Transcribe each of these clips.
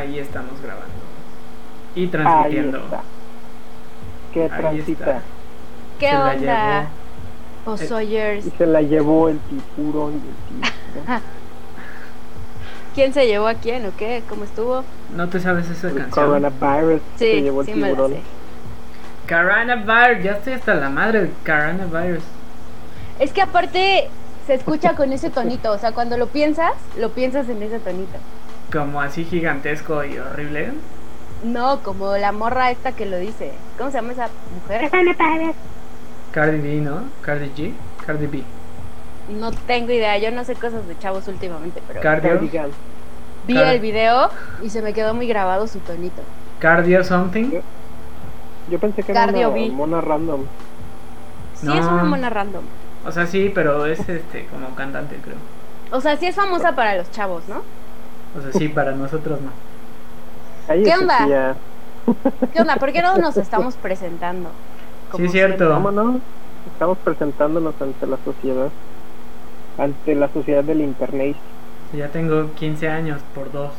Ahí estamos grabando. Y transmitiendo. Ahí está. ¿Qué transita? ¿Qué Se la onda? llevó. Osoyers. Y se la llevó el tiburón y el tigre. ¿Quién se llevó a quién o qué? ¿Cómo estuvo? ¿No te sabes esa El canción? coronavirus se Sí, llevó el sí me la tiburón. sé. Coronavirus, ya estoy hasta la madre del coronavirus. Es que aparte se escucha con ese tonito, o sea, cuando lo piensas en ese tonito. Como así gigantesco y horrible. No, como la morra esta que lo dice. ¿Cómo se llama esa mujer? Cardi B, ¿no? Cardi G, Cardi B. No tengo idea, yo no sé cosas de chavos últimamente, pero Cardio, vi el video y se me quedó muy grabado su tonito. Cardio something. Yo pensé que era Cardio una B. mona random. Sí, No. es una mona random. O sea, sí, pero es como cantante, creo. O sea, sí es famosa para los chavos, ¿no? O sea, sí, para nosotros no. Ahí ¿Qué es onda? Sofía. ¿Qué onda? ¿Por qué no nos estamos presentando? Sí, es cierto. ¿Cómo no? Estamos presentándonos ante la sociedad. Ante la sociedad del internet. Ya tengo 15 años por 2,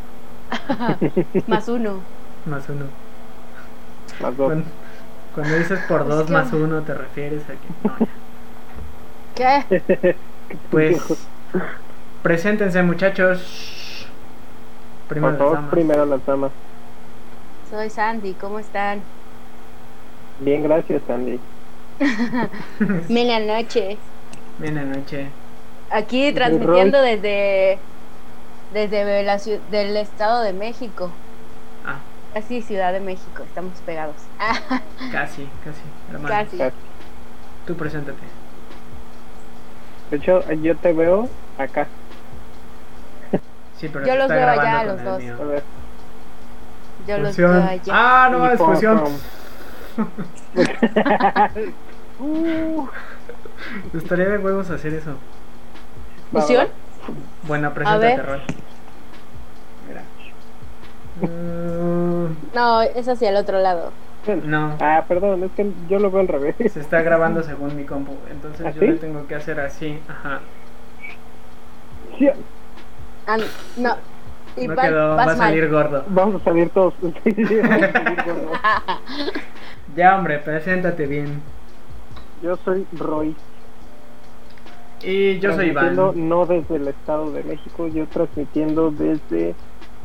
Más uno. más 1. Las dos. Cuando dices por Pues, 2 ¿qué más onda? 1 te refieres a que no, ya. ¿Qué? Pues preséntense, muchachos. Primero Por favor, las damas. primero las damas. Soy Sandy, ¿cómo están? Bien, gracias, Andy. Buenas noches. Bien anoche. Aquí transmitiendo desde del Estado de México. Ah, Casi Ciudad de México, estamos pegados. casi, hermano. Casi. Tú preséntate. De hecho, yo te veo acá. Sí, pero Yo se los está veo allá, grabando los con el dos. mío. A ver. Yo los Fusión. veo allá. Ah, no, es fusión. Estaría de huevos hacer eso. ¿Fusión? Bueno, preséntate, ver. Roy. Mira. No, es hacia el otro lado. No. Ah, perdón, es que yo lo veo al revés. Se está grabando según mi compu. Entonces ¿Ah, yo sí? le tengo que hacer así. Ajá. Sí, Ah, no. Y No quedó, va a vas salir mal. gordo. vamos a salir todos. Vamos a salir gordos. Ya, hombre, preséntate bien. Yo soy Roy. Y yo soy Transmitiendo Iván. no desde el Estado de México, yo transmitiendo desde,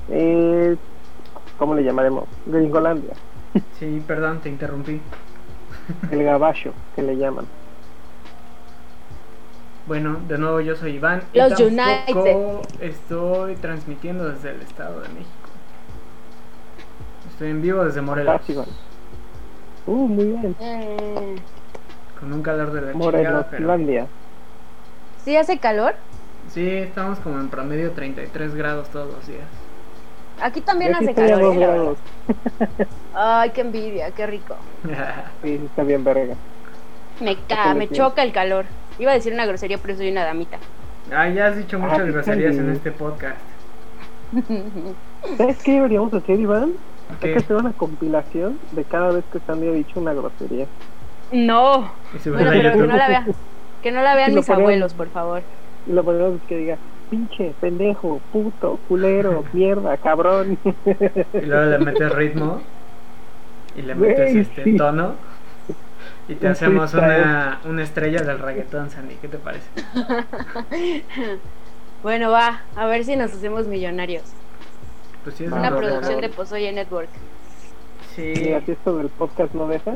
¿cómo le llamaremos? Gringolandia, Sí, perdón, te interrumpí. el gabacho que le llaman. Bueno, de nuevo yo soy Iván. Los y tampoco United. estoy transmitiendo desde el Estado de México. Estoy en vivo desde Morelos. Fácil, Iván. Muy bien. Con un calor de la chingada, pero... Morenoslandia. ¿Sí hace calor? Sí, estamos como en promedio 33 grados todos los días. Aquí también Yo aquí hace estoy a calor, 2 la grados. verdad. Ay, qué envidia, qué rico. Sí, está bien verga. Me choca el calor. Iba a decir una grosería, pero soy una damita. Ah, ya has dicho muchas sí, groserías sí. en este podcast. ¿Sabes qué deberíamos hacer, Iván? ¿Qué? Hay que hacer una compilación de cada vez que Sandy ha dicho una grosería. No. Y subirla Bueno, a pero que YouTube. no la vean. Que no la vean Sí, lo mis ponemos. abuelos, por favor. Y lo ponemos es que diga, pinche, pendejo, puto, culero, mierda, cabrón. Y luego le metes ritmo. Y le metes Güey, sí. tono. Y te Un hacemos freestyle. una estrella del reggaetón, Sandy. ¿Qué te parece? Bueno, va. A ver si nos hacemos millonarios. Pues sí, es Va, Una va, va, producción va. de Pozoye Network. Sí. Y así esto del podcast no deja.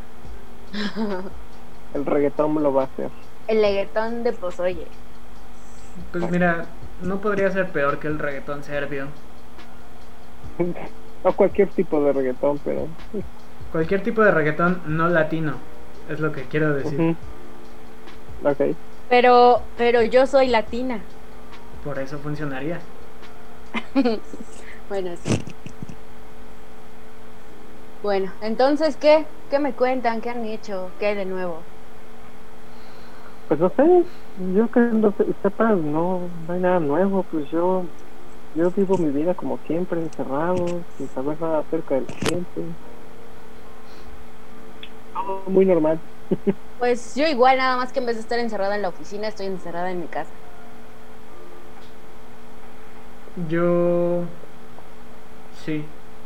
El reggaetón lo va a hacer. El leguetón de Pozoye. Pues mira, no podría ser peor que el reggaetón serbio. O cualquier tipo de reggaetón, pero... Cualquier tipo de reggaetón no latino. Es lo que quiero decir. Ok. Pero yo soy latina. Por eso funcionaría. Bueno, sí. Bueno, entonces, ¿qué? ¿Qué me cuentan? ¿Qué han hecho? ¿Qué hay de nuevo? Pues no sé, yo que no sepas, no hay nada nuevo, pues yo vivo mi vida como siempre, encerrado, sin saber nada acerca de la gente. Todo muy normal. Pues yo igual, nada más que en vez de estar encerrada en la oficina, estoy encerrada en mi casa. Yo Sí.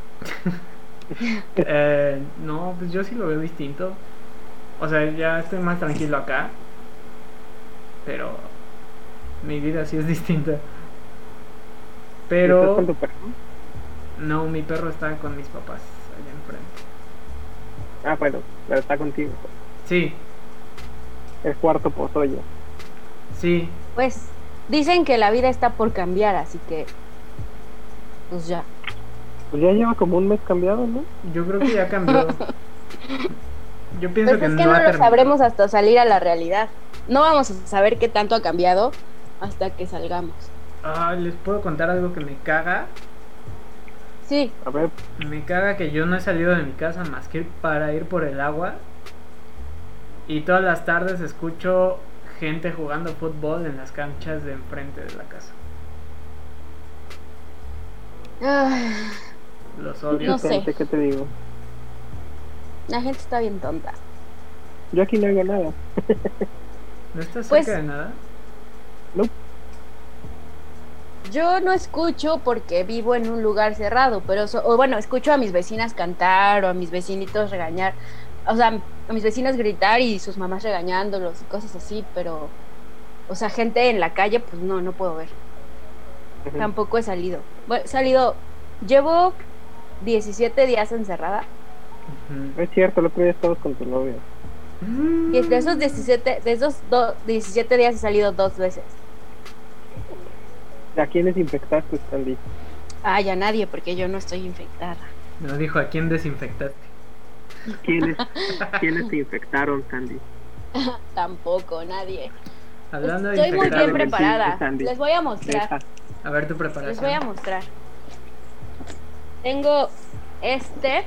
No, pues yo sí lo veo distinto. O sea, ya estoy más tranquilo acá. Pero mi vida sí es distinta. ¿Estás Pero con tu perro? no, mi perro está con mis papás allá enfrente. Ah, bueno, pero está contigo. Sí, El cuarto pozoyo. sí. Pues dicen que la vida está por cambiar, así que pues ya. Pues ya lleva como un mes cambiado, ¿no? Yo creo que ya cambió. Yo pienso Pues que es que no no ha lo terminado. sabremos hasta salir a la realidad. No vamos a saber qué tanto ha cambiado hasta que salgamos. Ah, ¿les puedo contar algo que me caga? Sí, A ver, Me caga que yo no he salido de mi casa más que para ir por el agua. Y todas las tardes escucho gente jugando fútbol en las canchas de enfrente de la casa. ah, Los odio. No sé. gente, ¿qué te digo? la gente está bien tonta. Yo aquí no oigo nada. ¿No estás Pues- cerca de nada? No, Yo no escucho porque vivo en un lugar cerrado, pero o bueno, escucho a mis vecinas cantar o a mis vecinitos regañar, o sea, a mis vecinos gritar y sus mamás regañándolos y cosas así, pero, o sea, gente en la calle, pues no puedo ver. ujú. Tampoco he salido. Bueno, he salido, llevo 17 días encerrada Ujú. Es cierto, el otro día estabas con tu novia. y de esos 17 días he salido 2 veces. ¿A quiénes infectaste, Sandy? Ay, a nadie, porque yo no estoy infectada. No dijo a quién desinfectaste. ¿Quiénes te infectaron, Sandy? Tampoco, nadie. Hablando de Estoy muy infectados, bien preparada. Sandy. Les voy a mostrar. Deja. a ver tu Les voy a preparación. mostrar. Tengo este.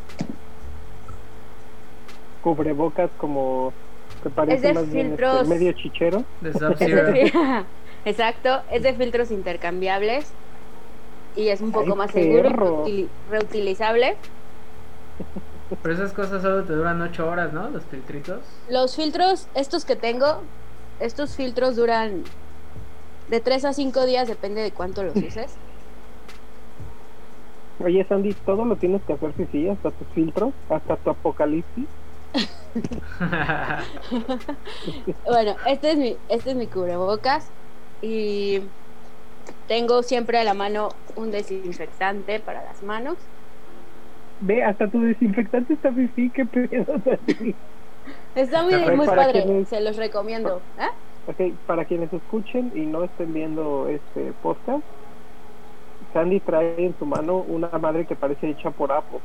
Cubrebocas como que parece Es de más bien filtros. medio chichero. De Es de Sub-Zero. Exacto, es de filtros intercambiables y es un poco Ay, más qué seguro perro. y reutilizable. Pero esas cosas solo te duran 8 horas, ¿no? Los filtritos. Los filtros, estos que tengo, estos filtros duran de 3 a 5 días, depende de cuánto los uses. Oye, Sandy, todo lo tienes que hacer sí, hasta tus filtros, hasta tu apocalipsis. Bueno, este es mi cubrebocas y tengo siempre a la mano un desinfectante para las manos. Ve, hasta tu desinfectante está fifí, qué pedo, Sandy. Está muy, Perfecto. muy ¿Para padre, quiénes? se los recomiendo. ¿Ah? Ok, para quienes escuchen y no estén viendo este podcast, Sandy trae en su mano una madre que parece hecha por Apo.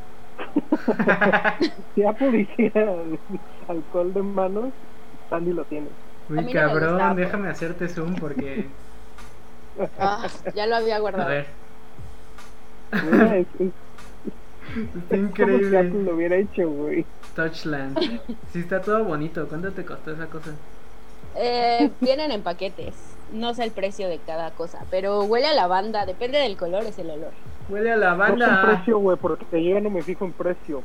Si Apo hiciera alcohol de manos, Sandy lo tiene. A mí no Uy, me cabrón, gustaba, déjame hacerte zoom porque... Ah, ya lo había A guardado. ver, Mira, es está como si Apple increíble. lo hubiera hecho, güey. Touchland. Sí, está todo bonito. ¿Cuánto te costó esa cosa? Vienen en paquetes. No sé el precio de cada cosa, pero huele a lavanda. Depende del color, es el olor. Huele a No sé el lavanda. precio, güey, porque yo ya no me fijo en precio.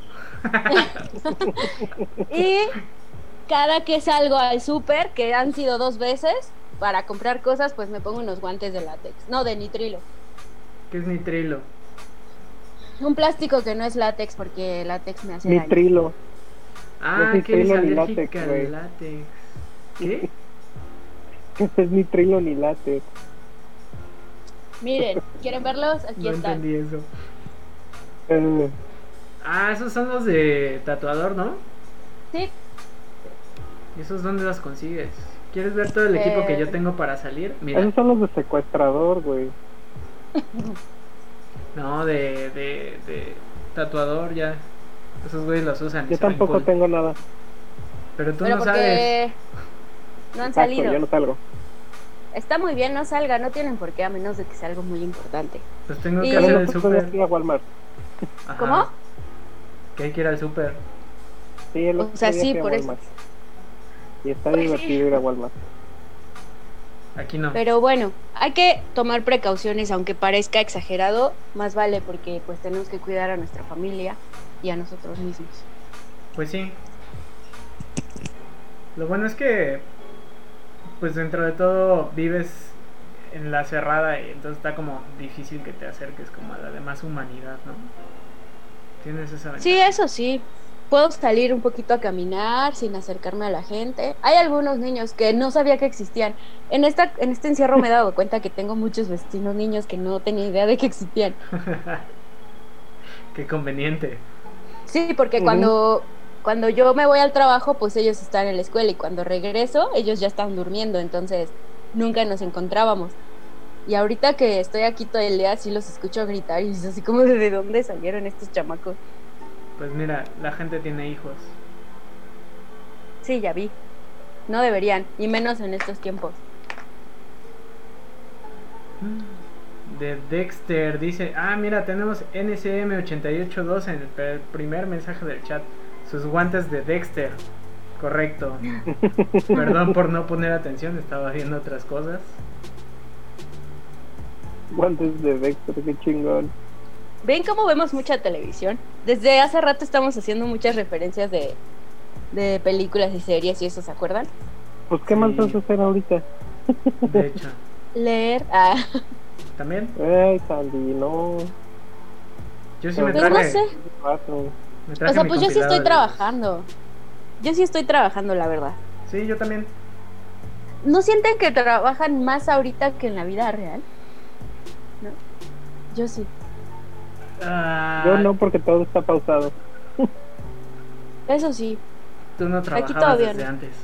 Y cada que salgo al súper, que han sido 2 veces, para comprar cosas, pues me pongo unos guantes de látex. No, de nitrilo. ¿Qué es nitrilo? Un plástico que no es látex porque el látex me hace daño. Nitrilo. Ah, es que eres nitrilo ni alérgica látex, güey. al látex. ¿Qué? Es nitrilo ni látex. Miren, ¿quieren verlos? Aquí No están. entendí eso. Eh, Ah, esos son los de tatuador, ¿no? Sí, ¿Y esos dónde los consigues? ¿Quieres ver todo el equipo que yo tengo para salir? Mira. esos son los de secuestrador, güey. No, de tatuador ya. Esos güeyes los usan. y Yo se ven tampoco cool. tengo nada. Pero tú pero no sabes. porque no han Exacto, salido. yo no salgo. Está muy bien, no salga, no tienen por qué, a menos de que sea algo muy importante. Pues tengo Y- que hacer Pero el no puedo súper. ir a Walmart. Ajá. ¿Cómo? Que hay que ir al súper. Sí, el O otro sea, día sí, fui a por eso. Walmart. Y está Pues sí. divertido ir a Walmart. Aquí no. Pero bueno, hay que tomar precauciones, aunque parezca exagerado, más vale porque pues tenemos que cuidar a nuestra familia y a nosotros mismos. Pues sí. Lo bueno es que, pues dentro de todo, vives en la cerrada y entonces está como difícil que te acerques como a la demás humanidad, ¿no? Tienes esa ventaja. Sí, eso sí. Puedo salir un poquito a caminar sin acercarme a la gente. Hay algunos niños que no sabía que existían. En este encierro me he dado cuenta que tengo muchos vecinos niños que no tenía idea de que existían. Qué conveniente. Sí, porque cuando yo me voy al trabajo, pues ellos están en la escuela y cuando regreso, ellos ya están durmiendo, entonces nunca nos encontrábamos. Y ahorita que estoy aquí todo el día, sí los escucho gritar y es así como de dónde salieron estos chamacos. Pues mira, la gente tiene hijos. Sí, ya vi. No deberían, y menos en estos tiempos. De Dexter dice, mira, tenemos NCM882 en el primer mensaje del chat. Sus guantes de Dexter. Correcto. Perdón por no poner atención, estaba viendo otras cosas. Guantes de Dexter, qué chingón. ¿Ven cómo vemos mucha televisión? Desde hace rato estamos haciendo muchas referencias de películas y series y eso, ¿se acuerdan? Pues qué más vas a hacer ahorita. De hecho. Leer. ¿También? Ay, Sandy, no. Yo sí me Pues traje. no sé. Me traje O sea, mi pues yo sí compilado estoy de trabajando. Yo sí estoy trabajando, la verdad. Sí, yo también. ¿No sienten que trabajan más ahorita que en la vida real? ¿No? Yo sí. Yo no, porque todo está pausado. Eso sí. Tú no trabajabas todavía desde no. antes.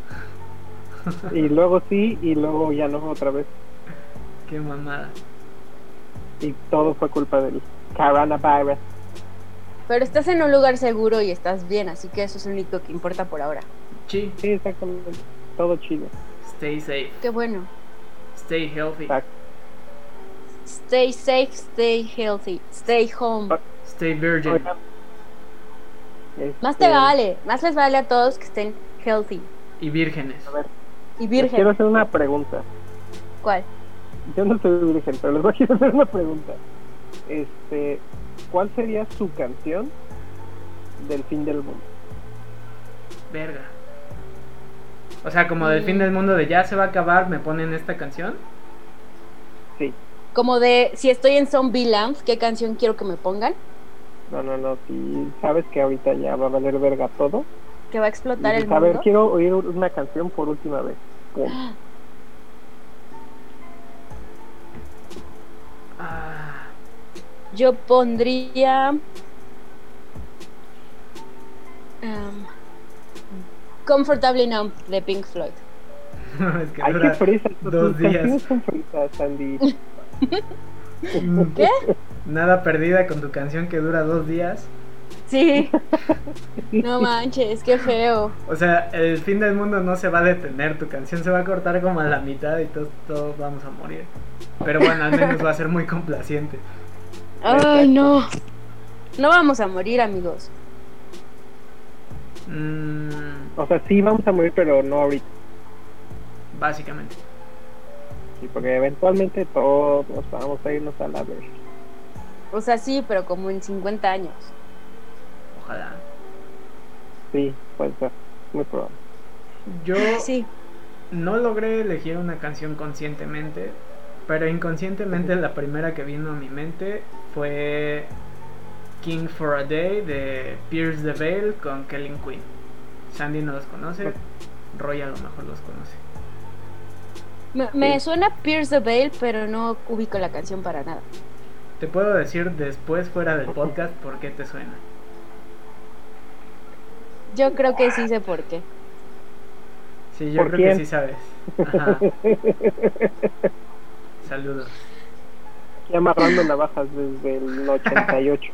Y luego sí, y luego ya no otra vez. Qué mamada. Y todo fue culpa del coronavirus. Pero estás en un lugar seguro y estás bien, así que eso es lo único que importa por ahora. Sí. Sí, exactamente. Todo chido. Stay safe. Qué bueno. Stay healthy. Exacto. Stay safe, stay healthy, stay home. Stay virgin. Oigan, Más te vale, más les vale a todos que estén healthy Y vírgenes. A ver, y les quiero virgen. hacer una pregunta. ¿Cuál? Yo no soy virgen, pero les voy a hacer una pregunta. ¿Cuál sería su canción del fin del mundo? Verga. O sea, como del fin del mundo de ya se va a acabar, me ponen esta canción. Sí. Como de si estoy en Zombieland, ¿qué canción quiero que me pongan? No, si sabes que ahorita ya va a valer verga todo. Que va a explotar el A ver, mundo. quiero oír una canción por última vez. Pum. Yo pondría Comfortably Numb de Pink Floyd. Es que Ay, qué dura fresa. 2 Tus días. canciones son fresas, Sandy. ¿Qué? Nada perdida con tu canción que dura 2 días. Sí. No manches, qué feo. O sea, el fin del mundo no se va a detener. Tu canción se va a cortar como a la mitad y todos vamos a morir. Pero bueno, al menos va a ser muy complaciente. Ay, no. No vamos a morir, amigos. O sea, sí vamos a morir, pero no ahorita. Básicamente. Sí, porque eventualmente todos vamos a irnos a la vez. O sea, sí, pero como en 50 años. Ojalá. Sí, puede ser. Muy probable. Yo Sí. no logré elegir una canción conscientemente, pero inconscientemente la primera que vino a mi mente fue King for a Day de Pierce the Veil con Kelly Quinn. Sandy no los conoce, Roy a lo mejor los conoce. Me suena Pierce the Veil, pero no ubico la canción para nada. Te puedo decir después fuera del podcast por qué te suena. Yo creo que sí sé por qué. Sí, yo ¿Por creo quién? que sí sabes. Ajá. Saludos. Aquí amarrando navajas desde el 88.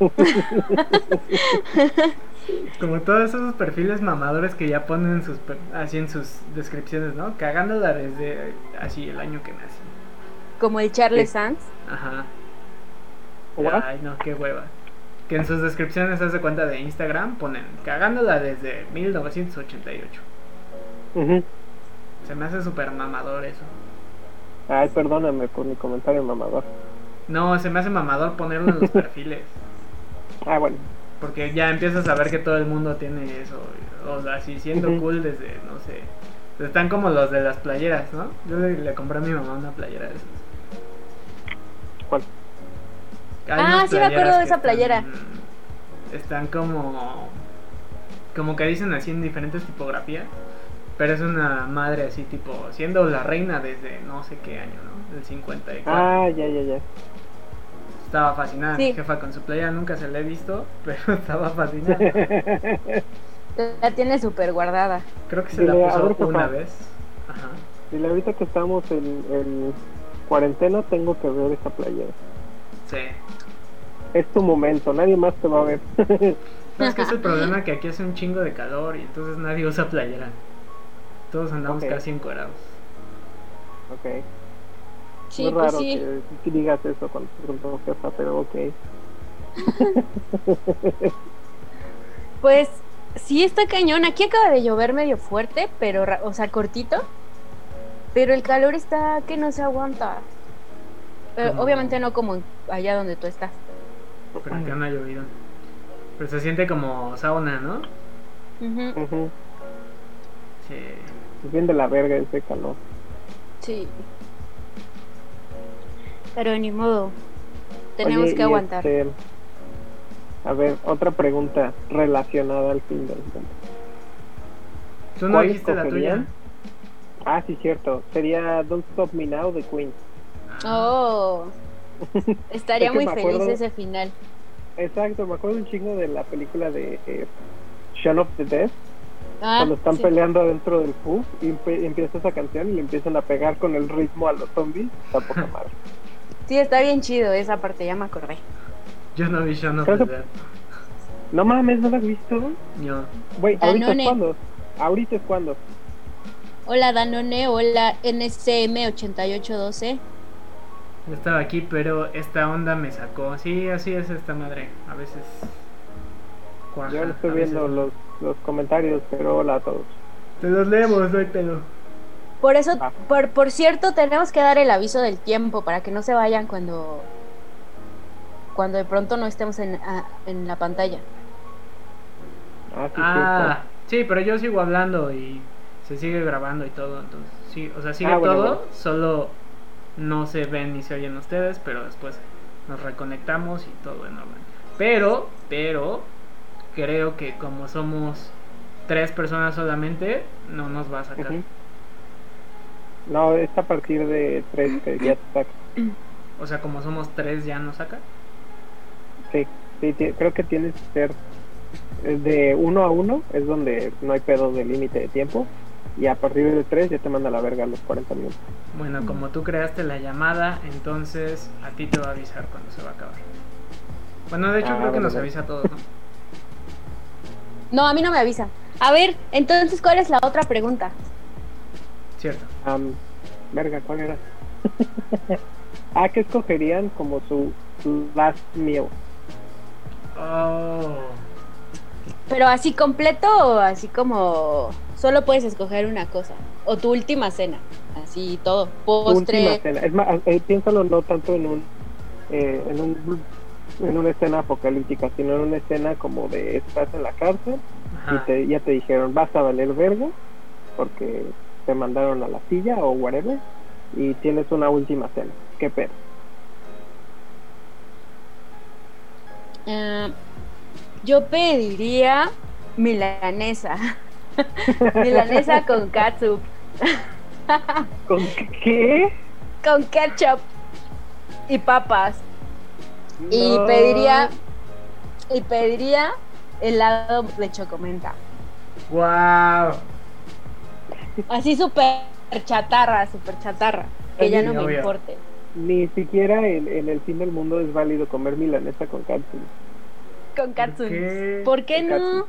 Como todos esos perfiles mamadores que ya ponen así en sus descripciones, ¿no? Cagándola desde así el año que nací. Como el Charles Sí. Sands. Ajá. ¿What? Ay, no, qué hueva. Que en sus descripciones hace cuenta de Instagram ponen cagándola desde 1988. Ujú. Se me hace súper mamador eso. Ay, perdóname por mi comentario mamador. No, se me hace mamador ponerlo en los perfiles. Ah, bueno. Porque ya empiezas a ver que todo el mundo tiene eso. O sea, así siendo Ujú. cool desde, no sé, Están como los de las playeras, ¿no? Yo le compré a mi mamá una playera de esas. ¿Cuál? Hay unas sí me acuerdo playeras de que esa playera. Están como que dicen así en diferentes tipografías, pero es una madre así tipo siendo la reina desde no sé qué año, ¿no? Del 54. Ah, ya. Estaba fascinada Sí. mi jefa con su playera, nunca se la he visto, pero estaba fascinada. La tiene súper guardada. Creo que se Dile, la a ver, puso jefa. una vez. Ajá. Dile, ahorita que estamos en cuarentena, tengo que ver esa playera. Sí. Es tu momento, nadie más te va a ver. No, es que es el problema que aquí hace un chingo de calor y entonces nadie usa playera. Todos andamos Ok. casi encuerados. Ok. Sí, Muy pues raro sí. que digas eso con tu jefa, pero ok. Pues sí está cañón. Aquí acaba de llover medio fuerte, pero, o sea, cortito. Pero el calor está que no se aguanta. Como- Obviamente no como allá donde tú estás. Pero acá no ha llovido. Pero se siente como sauna, ¿no? Ujú, Ujú. Sí. Es bien de la verga ese calor. sí. Pero ni modo. Tenemos Oye, que aguantar. A ver, otra pregunta relacionada al fin del mundo. ¿Tú no ¿Cuál dijiste la tuya? escogerían? Ah, sí, cierto. Sería Don't Stop Me Now de Queen. Oh, estaría Es que muy me feliz acuerdo- ese final. Exacto, me acuerdo un chingo de la película de Shaun of the Dead. Ah, Cuando están sí. peleando adentro del pub y empieza esa canción y le empiezan a pegar con el ritmo a los zombies. Está poca madre. Sí, está bien chido esa parte, ya me acordé. Yo no vi Shaun of Creo the que- Dead. No mames, ¿no la has visto? Yo. Güey, ahorita es Danone. cuando. Ahorita es cuando. Hola Danone, hola NCM8812. Yo estaba aquí, pero esta onda me sacó. Sí, así es esta madre. A veces cuaja, Yo no estoy a veces viendo no. los comentarios, pero hola a todos. Te los leemos, no hay pedo. Por eso, Ah. por cierto, tenemos que dar el aviso del tiempo para que no se vayan cuando de pronto no estemos en la pantalla. Ah, sí, Ah, sí, pero yo sigo hablando y se sigue grabando y todo. Entonces, sí, o sea, sigue Ah, bueno, todo. bueno. Solo no se ven ni se oyen ustedes, pero después nos reconectamos y todo en orden. Pero, creo que como somos 3 personas solamente, no nos va a sacar. Ujú. No, es a partir de 3 que ya te saca. O sea, como somos 3 ya nos saca. Sí, creo que tienes que ser de 1 a 1, es donde no hay pedo de límite de tiempo. Y a partir de 3 ya te manda a la verga los 40 minutos. Bueno, como tú creaste la llamada, entonces a ti te va a avisar cuando se va a acabar. Bueno, de hecho creo que bueno, nos bueno. avisa a todos, ¿no? No, a mí no me avisa. A ver, entonces, ¿cuál es la otra pregunta? Cierto. Verga, ¿cuál era? ¿Qué escogerían como su last meal? Oh, ¿Pero así completo o así como solo puedes escoger una cosa? ¿O tu última cena? Así todo, Tu última postre. cena. Es más, piénsalo no tanto en una escena apocalíptica, sino en una escena como de estás en la cárcel ajá. y ya te dijeron vas a valer verga porque te mandaron a la silla o whatever y tienes una última cena. ¿Qué pedo? Yo pediría milanesa. Milanesa con catsup. ¿Con qué? Con ketchup y papas. Y No. pediría helado de chocomenta. Wow. Así súper chatarra. Que ya no Sí, me obvio. importe. Ni siquiera en el fin del mundo es válido comer milanesa con cápsula. Con catsup. qué? ¿Por qué Con no?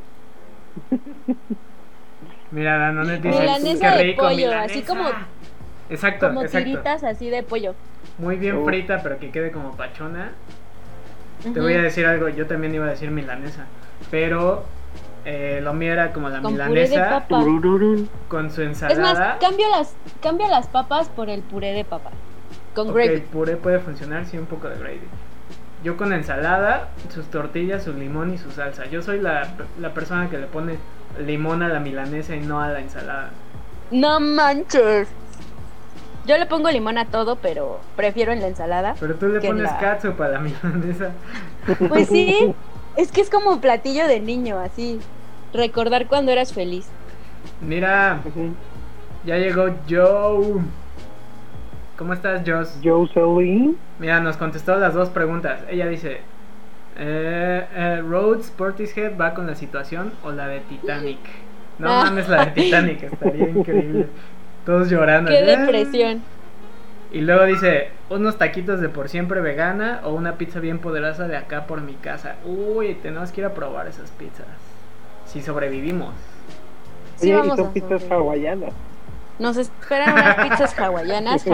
Mira, Danone dice Milanesa qué de rico, pollo, milanesa. así como Exacto, exacto. tiritas así de pollo. Muy bien Uf. frita, pero que quede como pachona. Te Ujú. voy a decir algo, yo también iba a decir milanesa, pero lo mío era como la Con puré de milanesa papa. Turururun. con su Es ensalada. más, cambia las papas por el puré de papa. Con Ok, gravy. puré puede funcionar, sí, un poco de gravy. Yo con ensalada, sus tortillas, su limón y su salsa. Yo soy la persona que le pone limón a la milanesa y no a la ensalada. No manches. Yo le pongo limón a todo, pero prefiero en la ensalada. Pero tú le que en pones la- catsup a la milanesa. Pues sí, es que es como platillo de niño, así. Recordar cuando eras feliz. Mira, Ujú. ya llegó Joe. ¿Cómo estás, Joss? Jocelyn. Mira, nos contestó las dos preguntas. Ella dice, ¿Rhodes Portishead va con la situación o la de Titanic? No Ah. mames, la de Titanic, estaría increíble. Todos llorando. Qué así, "Ah". depresión. Y luego dice, unos taquitos de por siempre vegana o una pizza bien poderosa de acá por mi casa. Uy, tenemos que ir a probar esas pizzas. Si sobrevivimos. Sí, Oye, y vamos son a pizzas sobrevivir. hawaianas. Nos esperan unas pizzas hawaianas.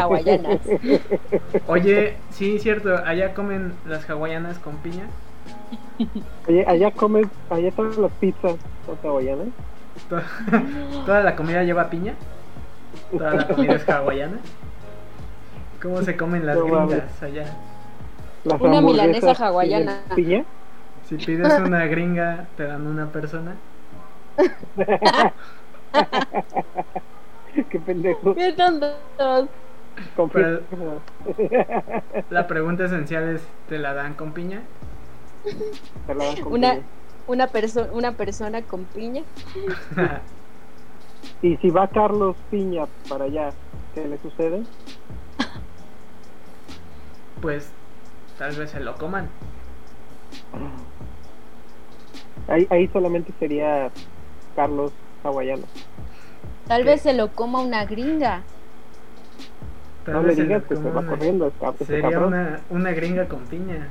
Oye, sí, cierto, allá comen las hawaianas con piña. Oye, allá todas las pizzas son hawaianas. To- ¿Toda la comida lleva piña? ¿Toda la comida es hawaiana? ¿Cómo se comen las No mames. gringas allá? Las Una hamburguesas milanesa hawaiana. tienen piña. Si pides una gringa, te dan una persona. Qué pendejo. Qué tontos. Confieso. La pregunta esencial es, ¿te la dan con piña? Te la dan con Una, piña. una persona con piña. Y si va Carlos Piña para allá, ¿qué le sucede? Pues tal vez se lo coman. Ahí solamente sería Carlos hawaiano. Tal ¿Qué? vez se lo coma una gringa. Tal No le vez se digas lo que se coma va una- corriendo ese Sería cabrón. una gringa con piña.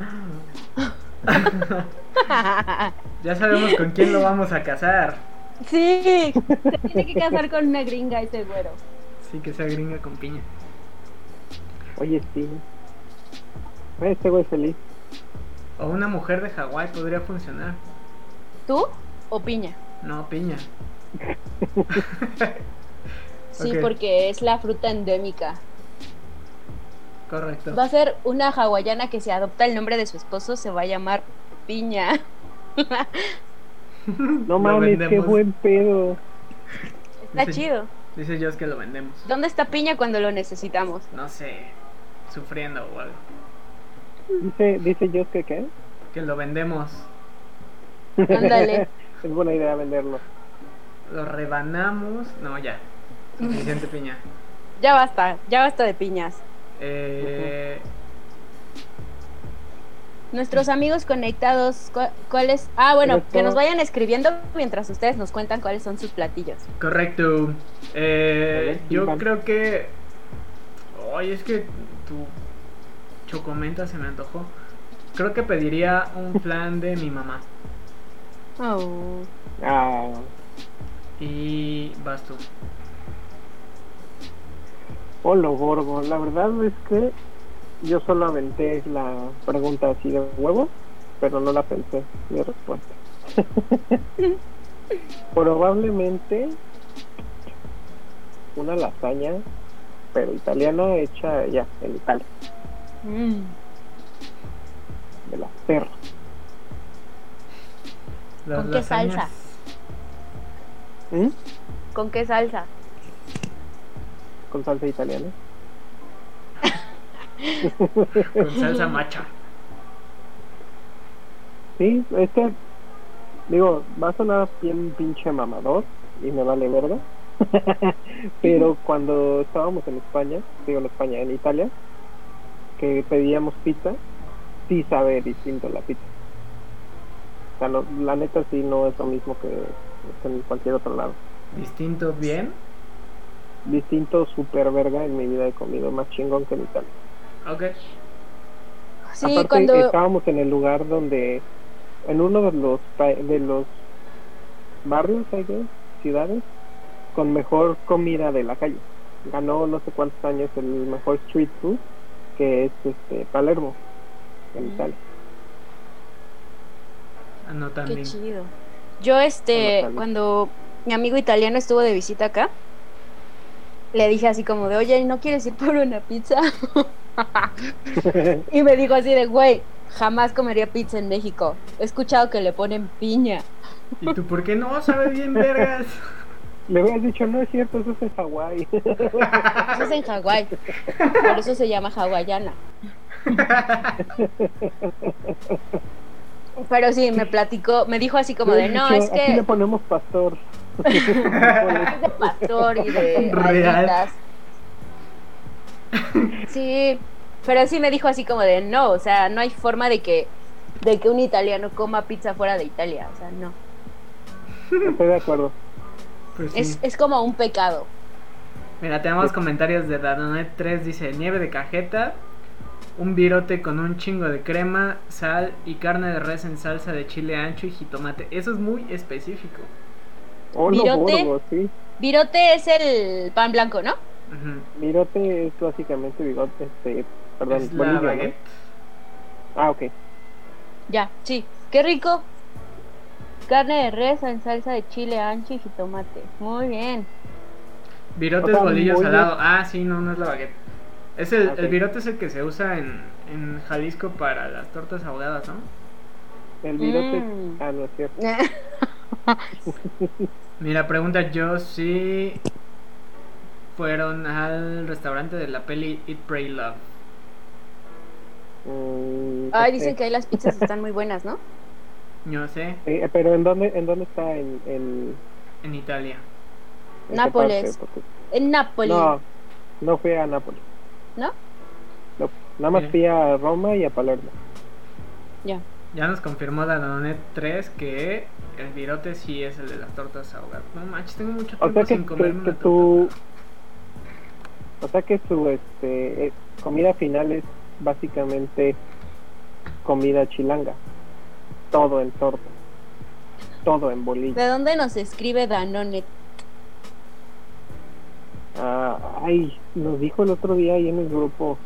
Ya sabemos con quién lo vamos a casar. Sí, se tiene que casar con una gringa ese güero. Sí, que sea gringa con piña. Oye, sí. Este güey feliz. O una mujer de Hawái podría funcionar. ¿Tú o piña? No, piña. Sí, Ok. porque es la fruta endémica. Correcto. Va a ser una hawaiana que si adopta el nombre de su esposo se va a llamar Piña. No Lo mames, qué vendemos. buen pedo. Está Sí. chido. Dice Joss que lo vendemos. ¿Dónde está Piña cuando lo necesitamos? No sé, sufriendo o algo. Dice Joss que qué. Que lo vendemos. Ándale. Es buena idea venderlo. Lo rebanamos. No, ya. Suficiente piña. Ya basta de piñas. Nuestros amigos conectados, ¿cuáles? Ah, bueno, Pero que nos todo- vayan escribiendo mientras ustedes nos cuentan cuáles son sus platillos. Correcto. Yo Iván. creo que. Ay, es que tu chocomenta se me antojó. Creo que pediría un flan de mi mamá. Oh. Ah, Y vas tú. hola Borgo. La verdad es que yo solo aventé la pregunta así de huevo, pero no la pensé mi respuesta. Probablemente una lasaña, pero italiana hecha ya en Italia, Mm. de las perras. Las ¿Con qué lasañas salsa? ¿Mm? ¿Con qué salsa? Con salsa italiana. Con salsa macha. Sí, es que, digo, va a sonar bien pinche mamador y me vale verga. Pero cuando estábamos en España, en Italia, que pedíamos pizza, sí sabe distinto la pizza. O sea, la neta sí no es lo mismo que en cualquier otro lado. Distinto bien. Distinto, super verga, en mi vida he comido más chingón que en Italia. Ok. Sí, Aparte, cuando... estábamos en el lugar donde, en uno de los barrios, ciudades, con mejor comida de la calle. Ganó no sé cuántos años el mejor street food, que es Palermo, en Italia. No tan Qué bien. chido. Yo, Bueno, cuando mi amigo italiano estuvo de visita acá, le dije así como de, oye, ¿no quieres ir por una pizza? Y me dijo así de, güey, jamás comería pizza en México. He escuchado que le ponen piña. ¿Y tú por qué no? Sabe bien, vergas. Le hubieras dicho, no es cierto, eso es en Hawái. Eso es en Hawái. Por eso se llama hawaiana. Pero sí, me platicó, me dijo así como de, no, es Aquí le que ponemos pastor. es de pastor y de Real. alitas. Sí, pero sí me dijo así como de, no, o sea, no hay forma de que un italiano coma pizza fuera de Italia, o sea, no. Estoy de acuerdo. Pues sí. Es como un pecado. Mira, tenemos comentarios de Danonet 3, dice nieve de cajeta, un virote con un chingo de crema, sal y carne de res en salsa de chile ancho y jitomate. Eso es muy específico. ¿Virote? Borgo, sí. Virote es el pan blanco, ¿no? Ujú. Virote es básicamente bigote, perdón, Es la bolillo, ¿no? baguette. Ah, ok. Ya, sí. Qué rico. Carne de res en salsa de chile ancho y jitomate. Muy bien. Virote O sea, es bolillo muy salado. Ah, sí, no es la baguette. Es el Ok. virote es el que se usa en Jalisco para las tortas ahogadas, ¿no? El virote. Mm. Ah, no es cierto. Mira, pregunta yo si fueron al restaurante de la peli Eat, Pray, Love. No Ay, sé. dicen que ahí las pizzas están muy buenas, ¿no? No sé, Pero ¿en dónde está? En en Italia. qué Nápoles. parte? Porque- En Nápoles. No fui a Nápoles. ¿No? No, nada más Mira. fui a Roma y a Palermo. Ya. Ya nos confirmó Danonet 3 que el virote sí es el de las tortas ahogadas. No manches, tengo mucho O tiempo sea sin comerme que una tu torta. o sea que su comida final es básicamente comida chilanga. Todo en torta. Todo en bolillo. ¿De dónde nos escribe Danone? Nos dijo el otro día ahí en el grupo.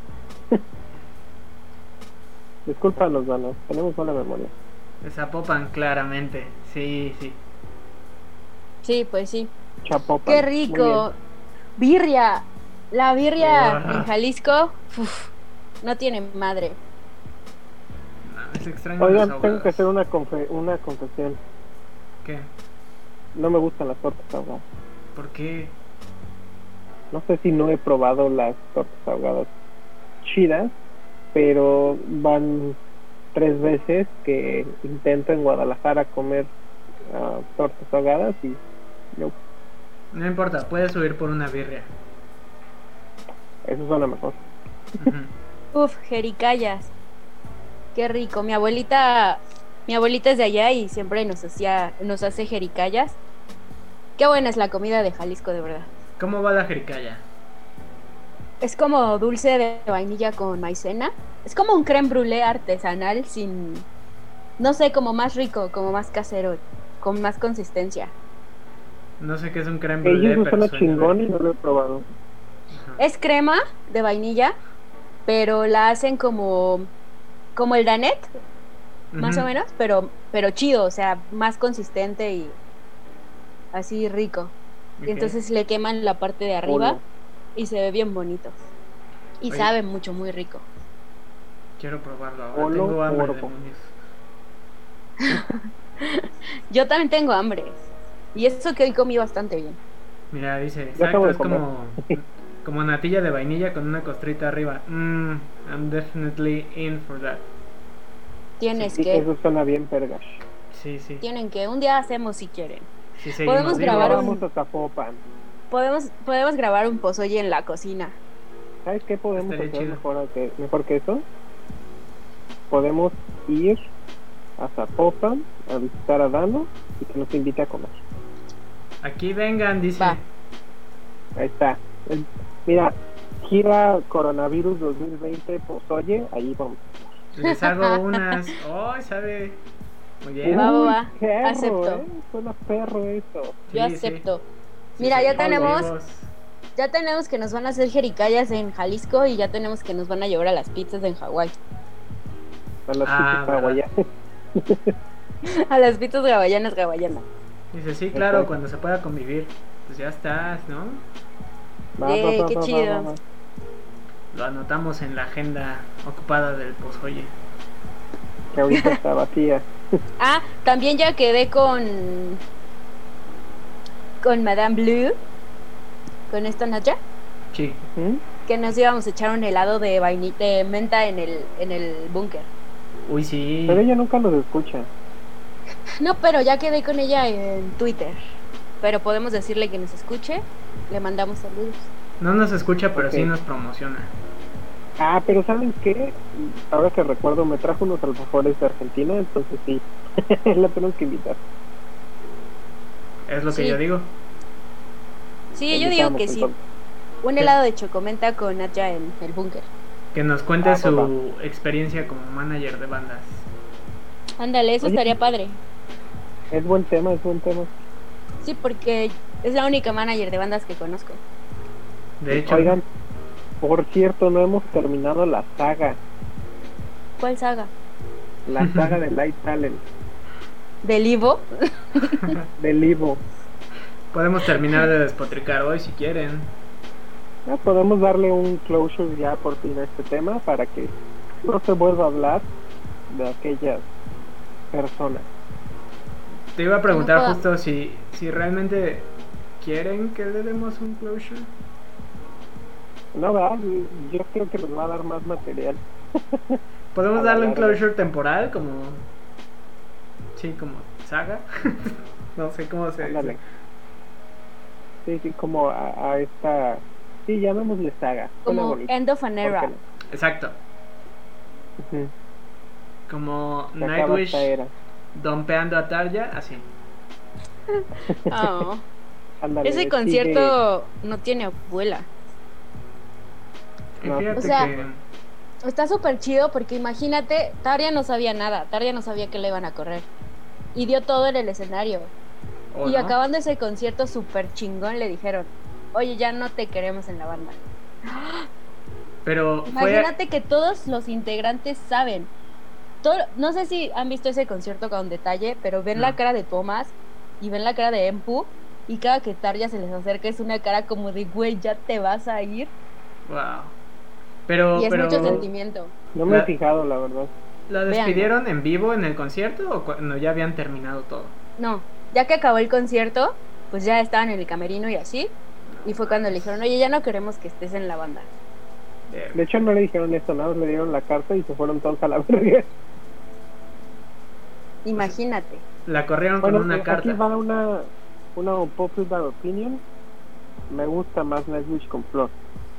Discúlpanos, Dano, tenemos mala memoria. De Zapopan, claramente. Sí, sí. Sí, pues sí. Chapopan. Qué Muy rico. Birria. La birria Ah. en Jalisco, uf, no tiene madre. No, es extraño. bien. las Oigan, tengo que ahogadas. hacer una confesión. ¿Qué? No me gustan las tortas ahogadas. ¿Por qué? No sé si no he probado las tortas ahogadas chidas, pero van 3 veces que intento en Guadalajara comer tortas ahogadas y no, No importa, puedes subir por una birria. eso suena mejor. Ujú. Uf, jericayas. Qué rico. Mi abuelita es de allá y siempre nos hace jericayas. Qué buena es la comida de Jalisco, de verdad. ¿Cómo va la jericaya? Es como dulce de vainilla con maicena. Es como un crème brûlée artesanal sin, no sé, como más rico, como más casero, con más consistencia. No sé qué es un crème Ellos brûlée, no pero suena suena chingón y bien. no lo he probado. Ajá. Es crema de vainilla, pero la hacen como el Danet, más Ujú. o menos, pero chido, o sea, más consistente y así rico. Ok. Y entonces le queman la parte de arriba Hola. y se ve bien bonito. Y Oye. sabe mucho, muy rico. Quiero probarlo ahora. Olo, Tengo hambre, orbo. demonios. Yo también tengo hambre. Y eso que hoy comí bastante bien. Mira, dice, Yo acabo exacto, de es comer. como natilla de vainilla con una costrita arriba. I'm definitely in for that. Tienes Sí, que, eso suena bien pergash. Sí, sí. tienen que, un día hacemos si quieren. Sí, seguimos. Podemos Digo, grabar Vamos a Zapopan. Podemos grabar un pozole en la cocina. ¿Sabes qué podemos Estaría hacer chido. mejor que eso? Podemos ir a Zapopan a visitar a Dano y que nos invite a comer. Aquí vengan, dice. Va. Ahí está. Mira, gira Coronavirus 2020, pues oye, ahí vamos. Les hago unas. ¡Oh, sabe! Muy bien. Va, va, va. Perro, Acepto. Suena perro eso. Yo Sí, sí. acepto. Sí, Mira, ya seguimos tenemos- vivos. Ya tenemos que nos van a hacer jericayas en Jalisco y ya tenemos que nos van a llevar a las pizzas en Hawái. A las Ah, pizzas hawaianas. A las pizzas hawaianas. Dice, sí, claro, Exacto. cuando se pueda convivir. Pues ya estás, ¿no? Qué chido. Lo anotamos en la agenda ocupada del pozole. Que ahorita está vacía. Ah, también ya quedé con Madame Blue, con esto Nacha, Sí. que nos íbamos a echar un helado de vainilla, de menta en el búnker. Uy, sí. Pero ella nunca los escucha. No, pero ya quedé con ella en Twitter. Pero podemos decirle que nos escuche, le mandamos saludos. No nos escucha, pero Ok. sí nos promociona. Ah, pero ¿saben qué? Ahora que recuerdo, me trajo unos alfajores de Argentina, entonces sí, la tenemos que invitar. Es lo que Sí. yo digo. Sí, La yo digo invitamos, que sí. entonces. Un Sí. helado de chocomenta con Nacha en el búnker. Que nos cuente Ah, su papá. experiencia como manager de bandas. Ándale, eso Oye. estaría padre. Es buen tema, es buen tema. Sí, porque es la única manager de bandas que conozco. De hecho, Oigan, por cierto, no hemos terminado la saga. ¿Cuál saga? La saga de Light Talent, ¿Del Ivo? del Ivo. podemos terminar de despotricar hoy si quieren. Podemos darle un closure ya por fin a este tema para que no se vuelva a hablar de aquellas personas. Te iba a preguntar No puedo. justo si realmente quieren que le demos un closure. No, ¿verdad? Yo creo que nos va a dar más material. Podemos A la darle un larga. closure temporal como... Sí, como saga. No sé cómo se Ándale. dice. Sí, sí, como a esta... Sí, llamémosle saga. Suena Como bonito. End of an ¿Por qué Era. no? Exacto. Ujú. Como Se acaba Nightwish esta era. dompeando a Tarja, así. Oh. Ándale, Ese sigue- concierto no tiene abuela. Y No. fíjate O sea, que... Está súper chido porque imagínate, Tarja no sabía nada, Tarja no sabía que le iban a correr. Y dio todo en el escenario. ¿o Y no? acabando ese concierto súper chingón le dijeron, oye, ya no te queremos en la banda. Pero fue... Imagínate que todos los integrantes saben. No sé si han visto ese concierto con detalle, pero ven No. la cara de Thomas y ven la cara de Empu. Y cada que Tarja se les acerca es una cara como de, güey, ya te vas a ir. Wow. Pero, Y es pero mucho sentimiento. No me he La- fijado, la verdad. ¿la despidieron en vivo en el concierto o cuando ya habían terminado todo? No, ya que acabó el concierto, pues ya estaban en el camerino y así. Y fue cuando le dijeron, oye, ya no queremos que estés en la banda. De hecho, no le dijeron esto, nada más le dieron la carta y se fueron todos a la verga. Imagínate. La corrieron Bueno, con una aquí carta. va una popular opinion. Me gusta más Nightwish con Flor.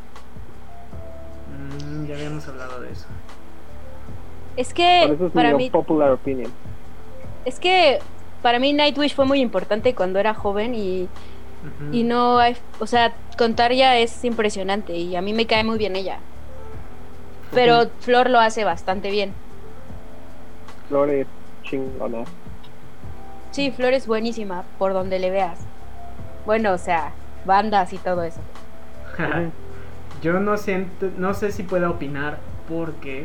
Ya habíamos hablado de eso. Es Por que eso es para mi mí, popular opinion. es que para mí Nightwish fue muy importante cuando era joven y Ujú. no hay, o sea, contar ya es impresionante y a mí me cae muy bien ella. Pero Ujú. Flor lo hace bastante bien. Flor es chingona. Sí, Flor es buenísima por donde le veas. Bueno, o sea, bandas y todo eso. Ujú. Yo no sé si puedo opinar porque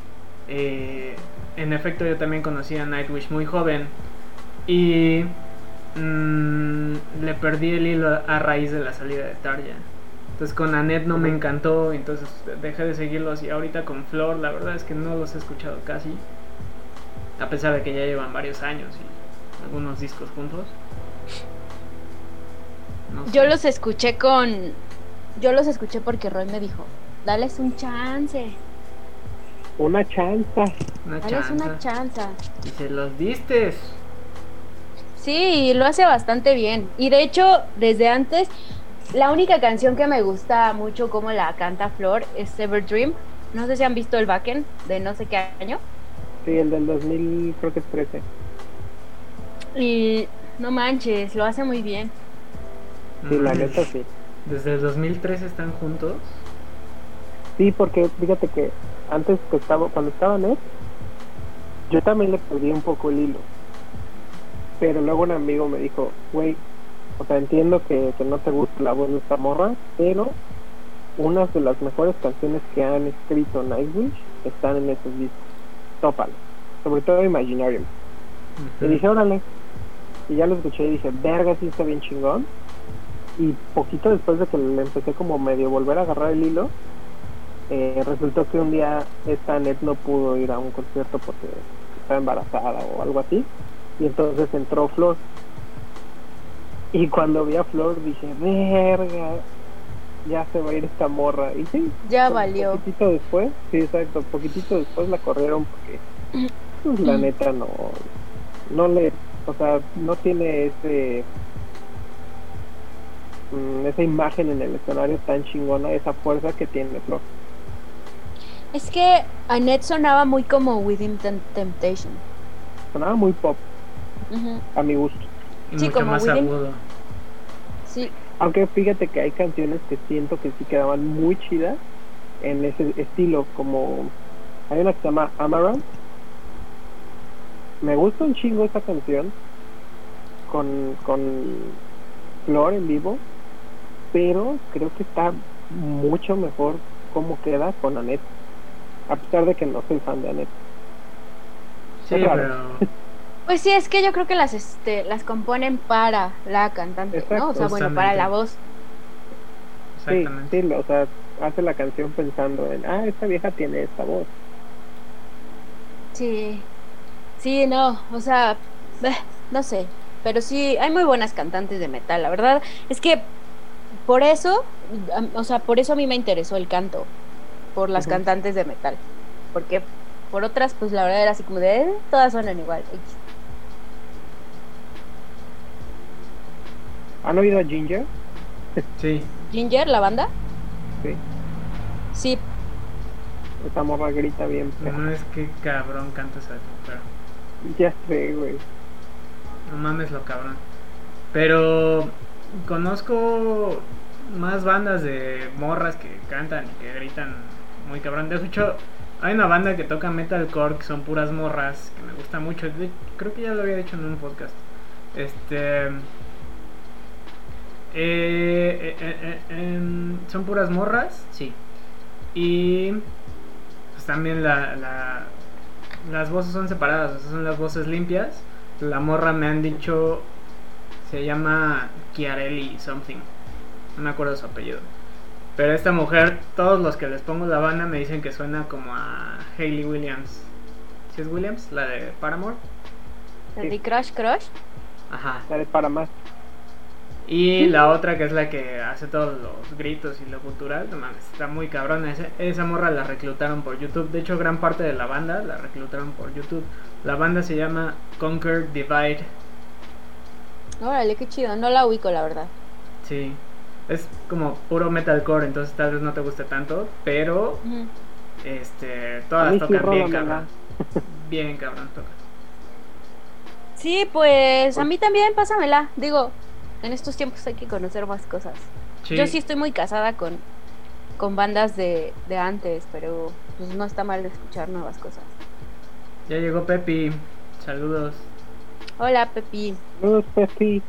en efecto yo también conocí a Nightwish muy joven y le perdí el hilo a raíz de la salida de Tarja. Entonces con Annette no me encantó, entonces dejé de seguirlos y ahorita con Flor la verdad es que no los he escuchado casi, a pesar de que ya llevan varios años y algunos discos juntos. No sé. Yo los escuché porque Roy me dijo, dales un chance, Una chanza. Una dales una chanza. chance. Y se los diste. Sí, lo hace bastante bien. Y de hecho, desde antes, la única canción que me gusta mucho como la canta Flor es Everdream. No sé si han visto el Backen de no sé qué año. Sí, el del 2000, creo que es 13. Y no manches, lo hace muy bien. Sí, la neta sí. Desde el 2003 están juntos. Sí, porque fíjate que antes que cuando estaba Ned, yo también le perdí un poco el hilo. Pero luego un amigo me dijo, güey, o sea, entiendo que no te gusta la voz de esta morra, pero unas de las mejores canciones que han escrito Nightwish están en esos discos. Tópalo. Sobre todo Imaginarium. Y dije, órale. Y ya lo escuché y dije, verga, sí está bien chingón. Y poquito después de que le empecé como medio volver a agarrar el hilo, resultó que un día esta Annette no pudo ir a un concierto porque estaba embarazada o algo así. Y entonces entró Flor. Y cuando vi a Flor dije, verga, ya se va a ir esta morra. Y sí, Ya valió. poquitito después, sí, exacto, poquitito después la corrieron porque, pues, la neta no le, o sea, no tiene esa imagen en el escenario tan chingona, esa fuerza que tiene Flor. Es que Annette sonaba muy como Within Temptation. Sonaba muy pop, Ujú. a mi gusto. Y Sí, mucho como más Within. agudo. Sí, Aunque fíjate que hay canciones que siento que sí quedaban muy chidas en ese estilo, como hay una que se llama Amaranth. Me gusta un chingo esa canción con Flor en vivo, pero creo que está mucho mejor como queda con Annette, a pesar de que no soy fan de Annette. Sí, Es raro. pero pues sí, es que yo creo que las componen para la cantante, ¿no? Exacto. O sea, bueno, para la voz. exactamente. Sí, o sea, hace la canción pensando en, esta vieja tiene esta voz. Sí, sí, no, o sea, no sé, pero sí, hay muy buenas cantantes de metal, la verdad, es que por eso, o sea, por eso a mí me interesó el canto, por las Ujú. cantantes de metal, porque por otras, pues la verdad era así como de, todas suenan igual. X". ¿Han oído a Ginger? Sí. Ginger, la banda, Sí, sí, esa morra grita bien fea. No es que cabrón canta esa mujer. Ya sé, güey. No mames lo cabrón. Pero conozco más bandas de morras que cantan y que gritan muy cabrón. De hecho, hay una banda que toca metalcore que son puras morras, que me gusta mucho. Creo que ya lo había dicho en un podcast. Son puras morras, sí. Y pues también las voces son separadas, o sea, son las voces limpias. La morra me han dicho se llama Chiarelli something, no me acuerdo su apellido. Pero esta mujer, todos los que les pongo la banda me dicen que suena como a Hayley Williams. ¿Sí es Williams? La de Paramore. la de Crush Crush. Ajá. La de para más. Y la otra que es la que hace todos los gritos y lo cultural, no mames, está muy cabrona. Esa morra la reclutaron por YouTube. De hecho, gran parte de la banda la reclutaron por YouTube. La banda se llama Conquer Divide. Órale, qué chido, no la ubico, la verdad. Sí, es como puro metalcore, entonces tal vez no te guste tanto, pero Ujú. A todas mí sí, tocan bien rólamela. cabrón. Bien cabrón tocan. Sí, pues a mí también, pásamela. Digo, en estos tiempos hay que conocer más cosas. Sí, Yo sí estoy muy casada con bandas de antes, pero pues no está mal escuchar nuevas cosas. ya llegó Pepi. Saludos. Hola, Pepi. Saludos, Pepi.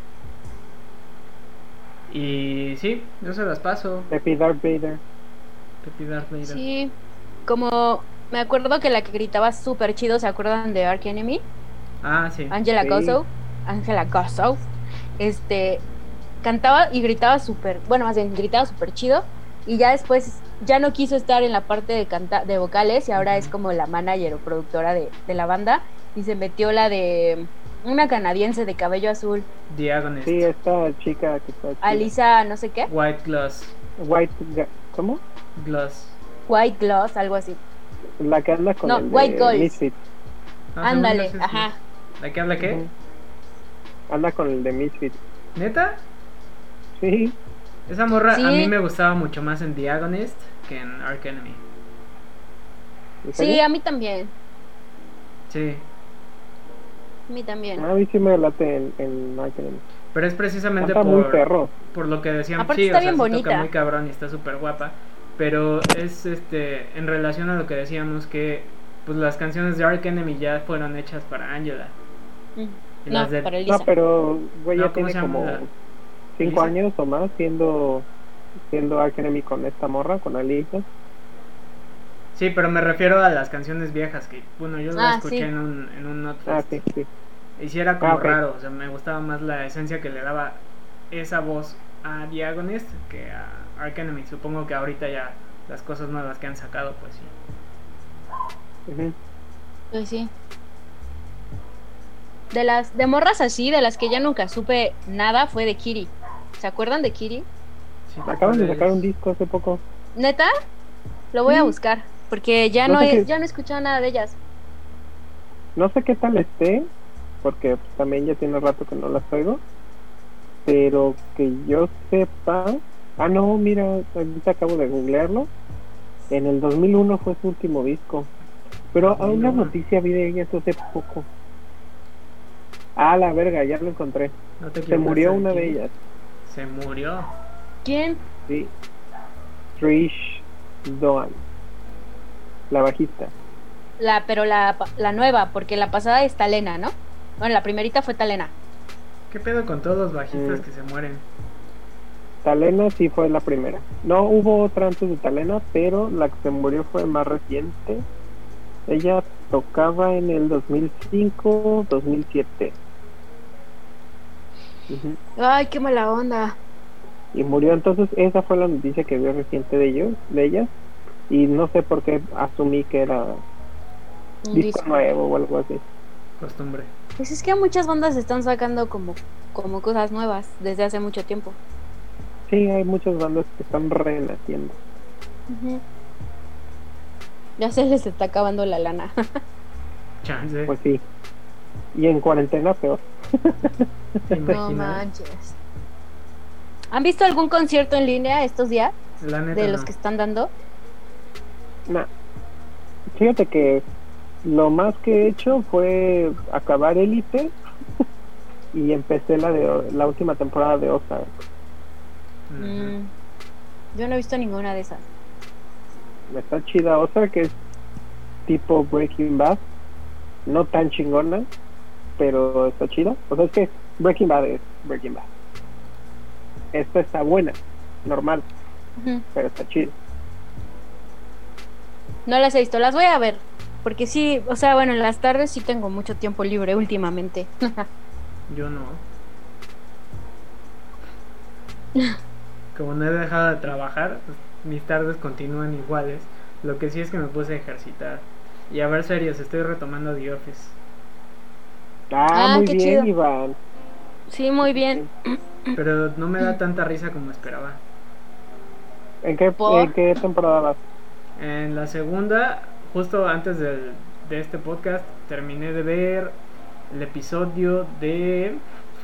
Y sí, yo se las paso. Pepi Darth Vader. Pepi Darth Vader. Sí, como me acuerdo que la que gritaba súper chido, ¿se acuerdan de Ark Enemy? Ah, sí. Angela Sí. Gossow. Angela Gossow. Cantaba y gritaba súper, bueno, más bien gritaba súper chido. Y ya después ya no quiso estar en la parte de vocales y ahora es como la manager o productora de la banda. Y se metió la de una canadiense de cabello azul, Diagonist. Sí, esta chica que está chida. Alisa no sé qué, White Gloss. ¿Cómo? Gloss. White Gloss, algo así. La que anda con No, el White de Goals. Misfits. Ah, Ándale, según yo sí, sí. ajá. ¿La que habla qué? Ujú. Anda con el de Misfits. ¿Neta? Sí. Esa morra Sí. a mí me gustaba mucho más en Diagonist que en Ark Enemy. ¿En Sí, serio? a mí también. Sí. A mí también. A mí sí me late en Ark Enemy. Pero es precisamente Canta muy perro. por lo que decían. Aparte Sí, está o sea, bien sí bonita. toca muy cabrón y está súper guapa. Pero es en relación a lo que decíamos que pues las canciones de Ark Enemy ya fueron hechas para Angela. Mm. Y No, las de- para Elisa. No, pero güey No, ya ¿cómo tiene se llama como la- 5 Elisa? años o más siendo Ark Enemy con esta morra, con Alisa. Sí, pero me refiero a las canciones viejas que, bueno, yo las escuché sí. en un Notfest. Sí. Y sí era como Ok. raro, o sea, me gustaba más la esencia que le daba esa voz a Diagonist que a Ark Enemy. Supongo que ahorita ya las cosas nuevas que han sacado, pues sí. Ujú. Pues sí. de morras así, de las que ya nunca supe nada, fue de Kiri. ¿Se acuerdan de Kiri? Sí, Acaban de ¿cuál sacar es? un disco hace poco. ¿Neta? Lo voy a Sí. buscar, porque ya No no sé he, qué- ya no he escuchado nada de ellas. No sé qué tal esté, porque pues, también ya tiene rato que no las oigo. Pero que yo sepa... Ah, no, mira, ahorita acabo de googlearlo. En el 2001 fue su último disco. Pero a una 2001. noticia vi de ellas hace poco. Ah, la verga, ya lo encontré. ¿No te Se equivocaste murió una de Kiri? ellas. Se murió. ¿Quién? Sí. Trish Doan, la bajista. Pero la nueva, porque la pasada es Talena, ¿no? Bueno, la primerita fue Talena. ¿Qué pedo con todos los bajistas Mm. que se mueren? Talena sí fue la primera. No hubo otra antes de Talena, pero la que se murió fue más reciente. Ella tocaba en el 2005, 2007. Ujú. Ay, qué mala onda. Y murió. Entonces esa fue la noticia que vi reciente de ellas. Y no sé por qué asumí que era Un disco disco. nuevo o algo así. Costumbre. Pues es que muchas bandas están sacando como cosas nuevas desde hace mucho tiempo. Sí, hay muchas bandas que están renaciendo. Ujú. Ya se les está acabando la lana. Chance. Pues sí. Y en cuarentena peor. ¿Te No imaginas? manches. ¿Han visto algún concierto en línea estos días La neta de los no. que están dando? Nah. Fíjate que lo más que he hecho fue acabar Elite y empecé la última temporada de Ozark. Ujú. Yo no he visto ninguna de esas. Está chida Ozark, es tipo Breaking Bad, no tan chingona, pero está chida. O sea, es que Breaking Bad es Breaking Bad. Esta está buena, normal, Ujú. pero está chida. No las he visto, las voy a ver. Porque sí, o sea, bueno, en las tardes sí tengo mucho tiempo libre últimamente. Yo no. Como no he dejado de trabajar, pues, mis tardes continúan iguales. Lo que sí es que me puse a ejercitar. Y a ver series, estoy retomando The Office. Ah, Muy qué bien, chido. Iván. Sí, muy bien. Pero no me da tanta risa como esperaba. ¿Por? ¿En qué temporada vas? En la segunda, justo antes de este podcast, terminé de ver el episodio de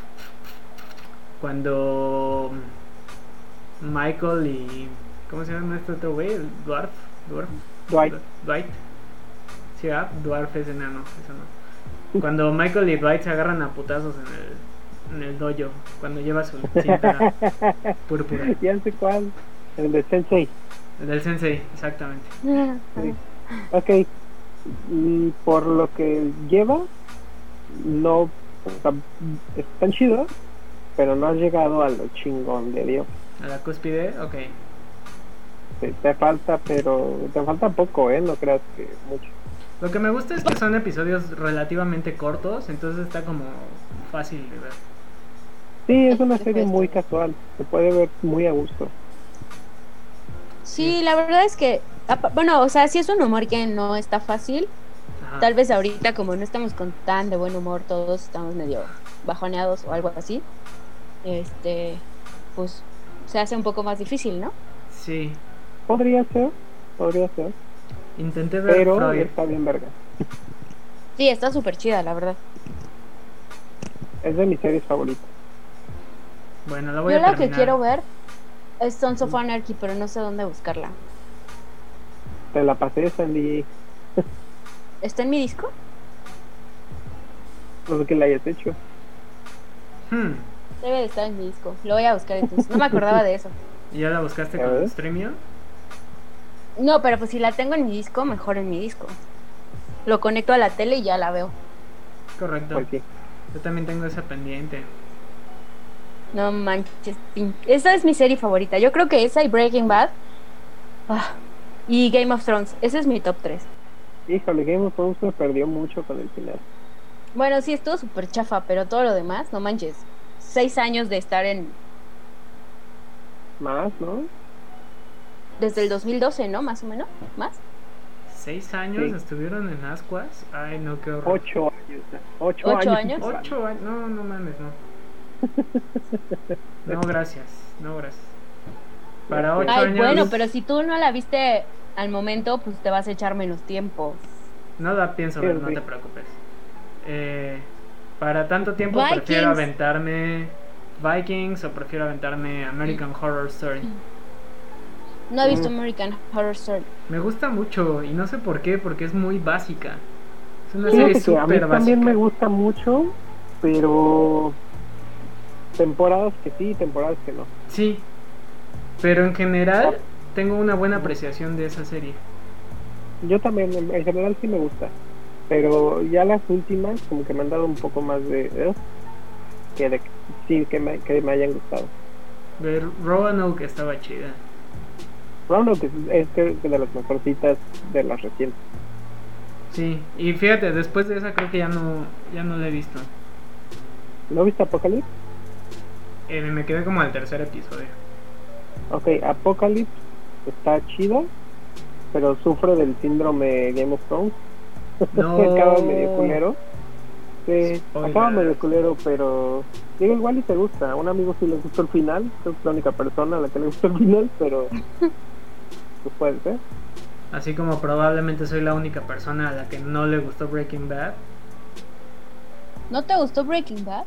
cuando Michael y... ¿Cómo se llama este otro güey? ¿El Dwarf? Dwight. Sí, Dwarf es enano, eso no. Cuando Michael y Dwight se agarran a putazos en el dojo, cuando lleva su cinta púrpura. Ya sé cuál. El de Sensei. El del sensei, exactamente. Sí. Ok. Por lo que lleva, no. O sea, están chidos, pero no has llegado a lo chingón de Dios. A la cúspide, ok. Te falta, pero te falta poco, no creas que mucho. Lo que me gusta es que son episodios relativamente cortos, entonces está como fácil de ver. Sí, es una serie muy casual, se puede ver muy a gusto. Sí, la verdad es que, bueno, o sea, sí es un humor que no está fácil. Ajá. Tal vez ahorita como no estamos con tan de buen humor, todos estamos medio bajoneados o algo así. Pues se hace un poco más difícil, ¿no? Sí, Podría ser, intenté ver pero Freud. está bien verga. Sí, está súper chida, la verdad. Es de mis series favoritas. Bueno, la voy Yo a la que terminar. quiero ver es Sons of Anarchy, pero no sé dónde buscarla. Te la pasé, Sandy, ¿Está en mi disco? no sé que la hayas hecho. Debe de estar en mi disco. Lo voy a buscar entonces. No me acordaba de eso. ¿Y ya la buscaste A con ver. Streamio? No, pero pues si la tengo en mi disco, mejor en mi disco. Lo conecto a la tele y ya la veo. Correcto. Pues sí. Yo también tengo esa pendiente. No manches. Esa es mi serie favorita. Yo creo que esa y Breaking Bad. Y Game of Thrones. Ese es mi top 3. Híjole, Game of Thrones me perdió mucho con el final. Bueno, sí, estuvo súper chafa, pero todo lo demás, no manches. 6 años de estar Más, ¿no? desde el 2012, ¿no? Más o menos. ¿Más? ¿6 años Sí. estuvieron en Ascuas? Ay, no, qué horror. 8 años. 8 ¿8 años. años? 8 años. No, no mames, no. No, gracias. No, gracias. Para 8 Ay, años. bueno, pero si tú no la viste al momento, pues te vas a echar menos tiempo. No la pienso ver, no Sí. te preocupes. Para tanto tiempo Vikings. prefiero aventarme Vikings o prefiero aventarme American Horror Story. No he visto American Horror Story. Me gusta mucho y no sé por qué, porque es muy básica. Es una Fíjate serie que a mí súper también me básica. gusta mucho, pero temporadas que sí, temporadas que no. Sí, pero en general tengo una buena apreciación de esa serie. Yo también, en general sí me gusta, pero ya las últimas como que me han dado un poco más de que me hayan gustado. Ver Roanoke estaba chida. Roanoke es que de las mejorcitas de las recientes. Sí, y fíjate, después de esa creo que ya no la he visto. ¿No viste Apocalypse? Me quedé como al tercer episodio. Ok, Apocalypse está chida, pero sufre del síndrome Game of Thrones. No. Acaba medio culero. Sí, Spoilers. acaba medio culero, pero digo, igual y te gusta. A un amigo sí le gustó el final, creo que es la única persona a la que le gustó el final, pero pues puede ser. Así como probablemente soy la única persona a la que no le gustó Breaking Bad. ¿No te gustó Breaking Bad?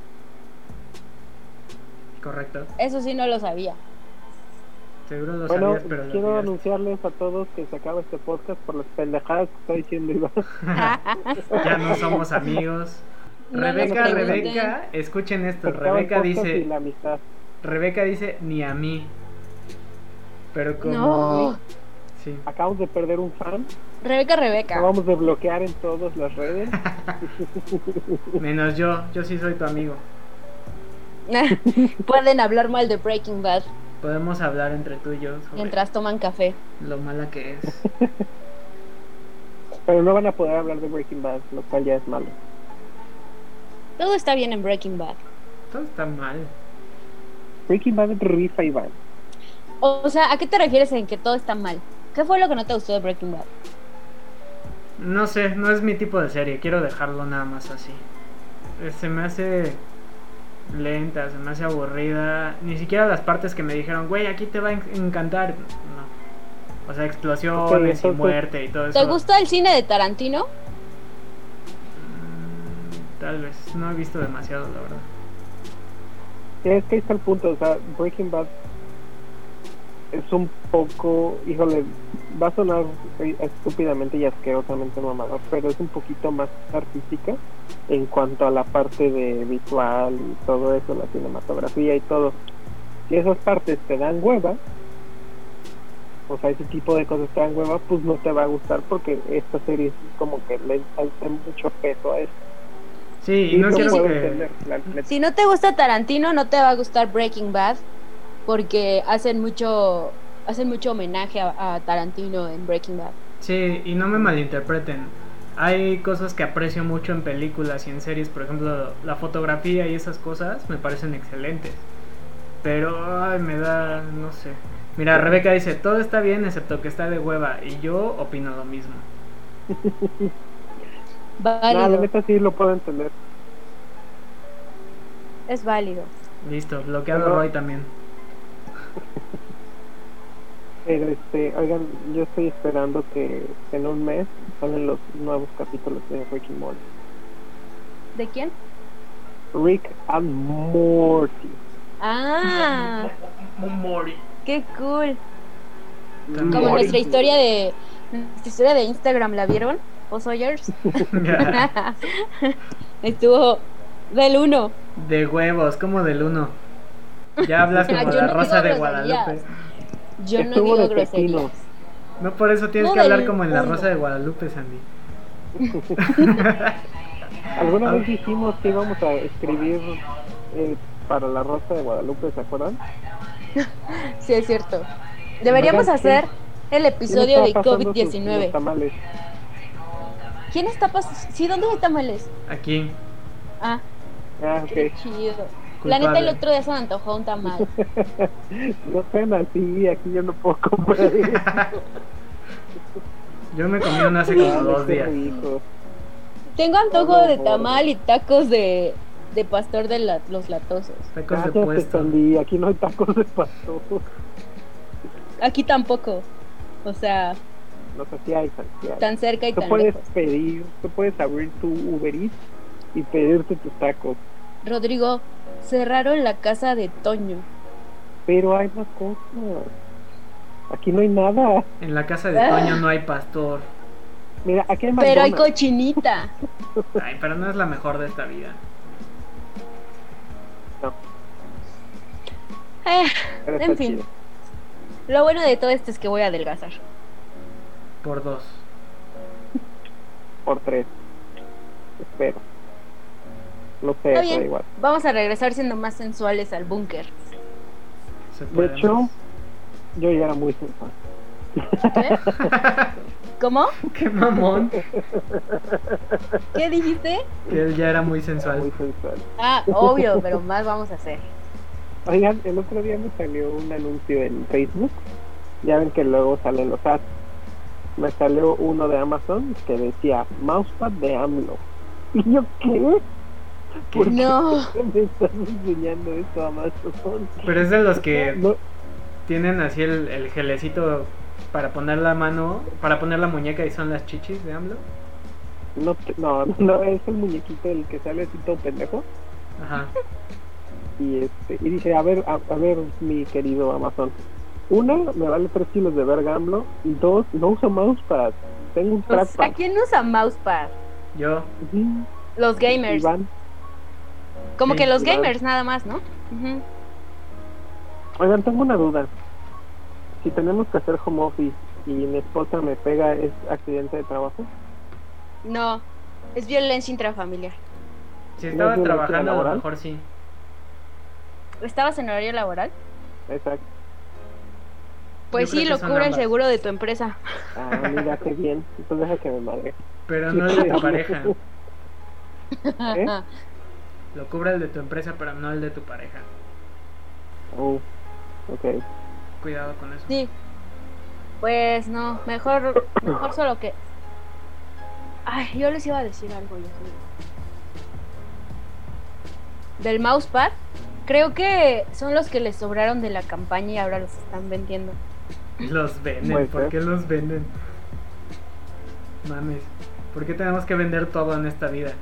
Correcto. Eso sí no lo sabía. Seguro lo Bueno, sabías, pero lo quiero olvidaste. anunciarles a todos que se acaba este podcast por las pendejadas que está diciendo Iván. Ya no somos amigos. No nos Rebeca, pregunten. escuchen esto. Se acaba el Rebeca podcast y dice, la amistad. ni a mí. Pero como... No. Sí. Acabamos de perder un fan. Rebeca. Lo vamos a bloquear en todas las redes. Menos yo sí soy tu amigo. Pueden hablar mal de Breaking Bad Podemos hablar entre tú y yo sobre mientras toman café. lo mala que es. Pero no van a poder hablar de Breaking Bad, lo cual ya es malo. Todo está bien en Breaking Bad. Todo está mal. Breaking Bad rifa Iván. O sea, ¿a qué te refieres en que todo está mal? ¿Qué fue lo que no te gustó de Breaking Bad? No sé, no es mi tipo de serie. Quiero dejarlo nada más así. Se me hace lenta, se me hace aburrida. Ni siquiera las partes que me dijeron, güey, aquí te va a encantar. No. O sea, explosiones Ok, y entonces, muerte y todo eso. ¿Te gusta el cine de Tarantino? Tal vez. No he visto demasiado, la verdad. Es que ahí está el punto, o sea, Breaking Bad es un poco, híjole, va a sonar estúpidamente y asquerosamente mamador, pero es un poquito más artística en cuanto a la parte de visual y todo eso, la cinematografía y todo. Si esas partes te dan hueva, o sea, ese tipo de cosas te dan hueva, pues no te va a gustar porque esta serie es como que le falta mucho peso a eso. Sí, y Y no lo quiero puedo que... entender, la neta. Si no te gusta Tarantino, no te va a gustar Breaking Bad porque hacen mucho homenaje a Tarantino en Breaking Bad. Sí, y no me malinterpreten. Hay cosas que aprecio mucho en películas y en series, por ejemplo, la fotografía y esas cosas me parecen excelentes. Pero, ay, me da, no sé. Mira, Rebeca dice, todo está bien excepto que está de hueva, y yo opino lo mismo. No, la Válido, neta sí lo puedo entender. es válido. Listo, bloqueado Pero- Roy también. Pero oigan, yo estoy esperando que en un mes salen los nuevos capítulos de Rick y Morty. ¿De quién? Rick and Morty. Ah, Mori. qué cool. Tan Como Morty. nuestra historia de Instagram, ¿la vieron? Osoyers. Estuvo del 1. De huevos, como del 1. Ya hablas como Yo la no Rosa digo de Guadalupe. groserías. Yo no Estuvo digo de groserías. pepino. No por eso tienes No, que hablar del como en la 1. Rosa de Guadalupe, Sandy. Alguna vez dijimos que íbamos a escribir para la Rosa de Guadalupe, ¿se acuerdan? Sí, es cierto. Deberíamos Oigan, hacer el ¿Quién episodio de estaba pasando sus COVID-19. tamales? ¿Quién está pasando? Sí, ¿dónde hay tamales? Aquí. Ah, Ah, qué ok. chido. La neta, el Culpable. otro día se me antojó un tamal. No sean así, aquí yo no puedo comprar eso. Yo me comí uno hace como Ay, 2 qué días. rico. Tengo antojo Todo de gordo. tamal y tacos de pastor de los latosos. Tacos de Cállate, puesto. Sandy, aquí no hay tacos de pastor. Aquí tampoco. O sea, No sé si hay, sí hay. tan cerca y Tú tan puedes lejos. pedir, tú puedes abrir tu Uber Eats y pedirte tus tacos. Rodrigo, cerraron la casa de Toño. Pero hay más cosas. Aquí no hay nada. En la casa de Toño no hay pastor. Mira, aquí hay Pero hay McDonald's. cochinita. Ay, pero no es la mejor de esta vida. No, Eh, pero en está fin. chido. Lo bueno de todo esto es que voy a adelgazar. Por 2. Por 3. Espero. No sé, Está pero bien. igual. Vamos a regresar siendo más sensuales al búnker. Se De puede hecho, más. yo ya era muy sensual. ¿Qué? ¿Cómo? Qué mamón. ¿Qué dijiste? Que él ya era muy Era sensual. muy sensual. Ah, obvio, pero más vamos a hacer. Oigan, el otro día me salió un anuncio en Facebook. Ya ven que luego salen los ads. Me salió uno de Amazon que decía Mousepad de AMLO. Y yo, ¿qué? ¿Por No. qué me estás enseñando esto, Amazon? Pero es de los que No, tienen así el gelecito para poner la mano, para poner la muñeca y son las chichis de AMLO. no, es el muñequito el que sale así todo pendejo. Ajá. Y dice, a ver, mi querido Amazon. Una, me vale 3 kilos de verga AMLO. Y 2, no uso mousepad. Tengo un O sea, trackpad. ¿quién usa mousepad? Yo. Ujú. Los gamers. Iván. Como Sí, que los Iván. gamers nada más, ¿no? Ujú. Oigan, tengo una duda. Si tenemos que hacer home office y mi esposa me pega, ¿es accidente de trabajo? No, es violencia intrafamiliar. Si ¿No estabas es violencia trabajando, a lo laboral? mejor sí. ¿Estabas en horario laboral? Exacto. Pues Yo creo sí, que lo son cubre el ambas. seguro de tu empresa. Ah, mira, qué bien. Entonces deja que me madre. Pero no el de tu pareja. ¿Eh? Lo cubre el de tu empresa, pero no el de tu pareja. Oh, ok. Cuidado con eso. Sí. Pues no, mejor solo que... Ay, yo les iba a decir algo, ya se me olvidó. Del mousepad, creo que son los que les sobraron de la campaña y ahora los están vendiendo. Los venden. Puede ¿Por ser. qué los venden? Mames. ¿Por qué tenemos que vender todo en esta vida?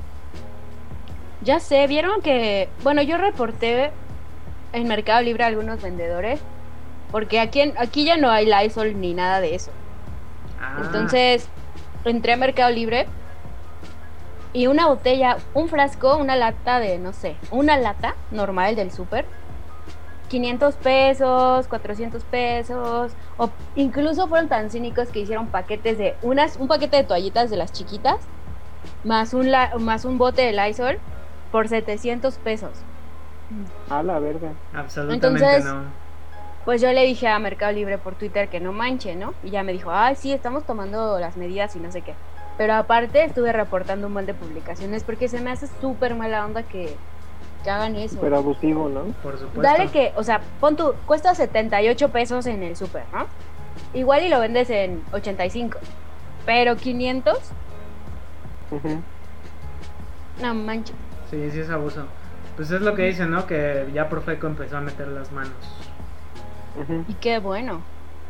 Ya sé, vieron que... Bueno, yo reporté en Mercado Libre a algunos vendedores, porque aquí ya no hay Lysol ni nada de eso. Ah, Entonces, entré a Mercado Libre y una botella, un frasco, una lata de, no sé, una lata normal del súper, 500 pesos, 400 pesos, o incluso fueron tan cínicos que hicieron paquetes de un paquete de toallitas de las chiquitas, más un bote de Lysol por 700 pesos. A la verga. absolutamente Entonces, no. Pues yo le dije a Mercado Libre por Twitter que no manche, ¿no? Y ya me dijo, ay, sí, estamos tomando las medidas y no sé qué. Pero aparte estuve reportando un montón de publicaciones porque se me hace súper mala onda que hagan eso. Pero abusivo, ¿no? Por supuesto. Dale que, o sea, pon tú, cuesta 78 pesos en el súper, ¿no? Igual y lo vendes en 85. Pero 500, Ujú. no manches. Sí, sí es abuso. Pues es lo que dicen, ¿no? Que ya Profeco empezó a meter las manos. Ujú. Y qué bueno.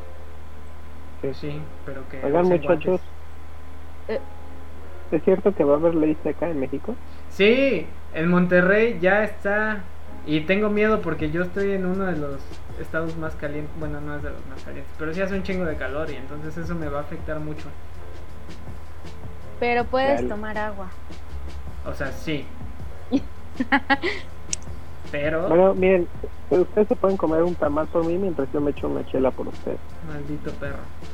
Sí, pero que... Oigan, usen muchachos, Eh, ¿es cierto que va a haber ley seca en México? Sí, en Monterrey ya está. Y tengo miedo porque yo estoy en uno de los estados más calientes. Bueno, no es de los más calientes, pero sí hace un chingo de calor y entonces eso me va a afectar mucho. pero puedes Dale. tomar agua. O sea, sí. Pero, Bueno, miren, ustedes se pueden comer un tamal por mí mientras yo me echo una chela por ustedes. maldito perro.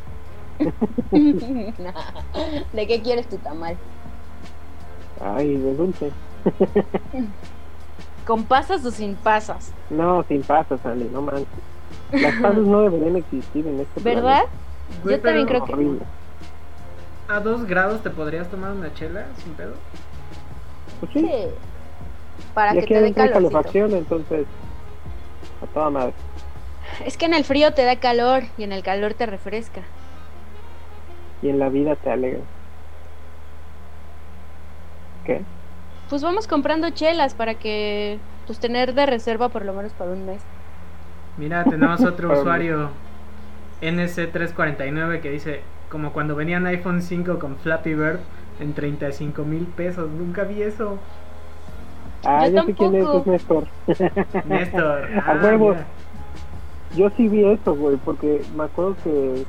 ¿De qué quieres tu tamal? Ay, de dulce. ¿Con pasas o sin pasas? No, sin pasas, Andy, no manches. Las pasas no deberían existir en este ¿Verdad? Güey, Yo también pero creo que no. Horrible. ¿A 2 grados te podrías tomar una chela sin pedo? Pues sí, Sí. Para y que aquí te dé adentro hay calorcito. calefacción, entonces, a toda madre. Es que en el frío te da calor y en el calor te refresca. y en la vida te alegras. ¿Qué? Pues vamos comprando chelas para que, pues tener de reserva por lo menos para un mes. Mira, tenemos otro usuario, NC349, que dice, como cuando venían iPhone 5 con Flappy Bird en 35,000 pesos. Nunca vi eso. Ah, Yo yo sé quién es tampoco. Néstor. Néstor. A huevos. Mira. Yo sí vi eso, güey, porque me acuerdo que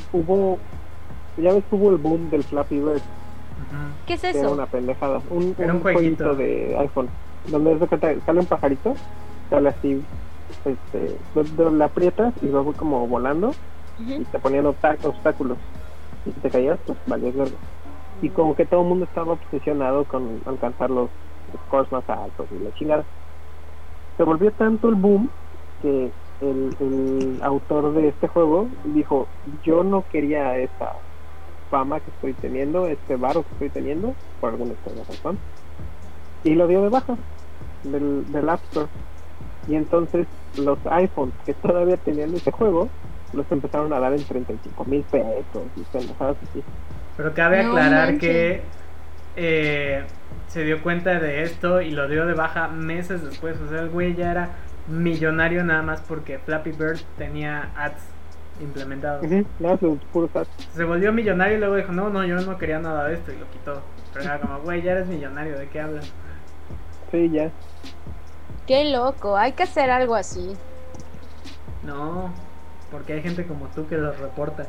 ya ves que hubo el boom del Flappy Bird, Ujú. ¿Qué es que era eso? una pendejada. Era un un jueguito. jueguito de iPhone, donde sale un pajarito, sale así, lo aprietas y luego como volando y Ujú. te ponían obstáculos. Y si te caías, pues valías verga. Y como que todo el mundo estaba obsesionado con alcanzar los scores más altos y la chingada. Se volvió tanto el boom que el autor de este juego dijo, yo no quería esta fama que estoy teniendo, este varo que estoy teniendo, por alguna extraña razón, y lo dio de baja del App Store. Y entonces los iPhones que todavía tenían ese juego los empezaron a dar en 35,000 pesos y pendejadas así. Pero cabe No aclarar manches. que se dio cuenta de esto y lo dio de baja meses después. O sea, el güey ya era millonario nada más porque Flappy Bird tenía ads implementados. Nada, sus puros ads. Se volvió millonario y luego dijo, no, yo no quería nada de esto y lo quitó. Pero era como, güey, ya eres millonario, ¿de qué hablas? Sí, ya. Qué loco, hay que hacer algo así. No, porque hay gente como tú que los reporta.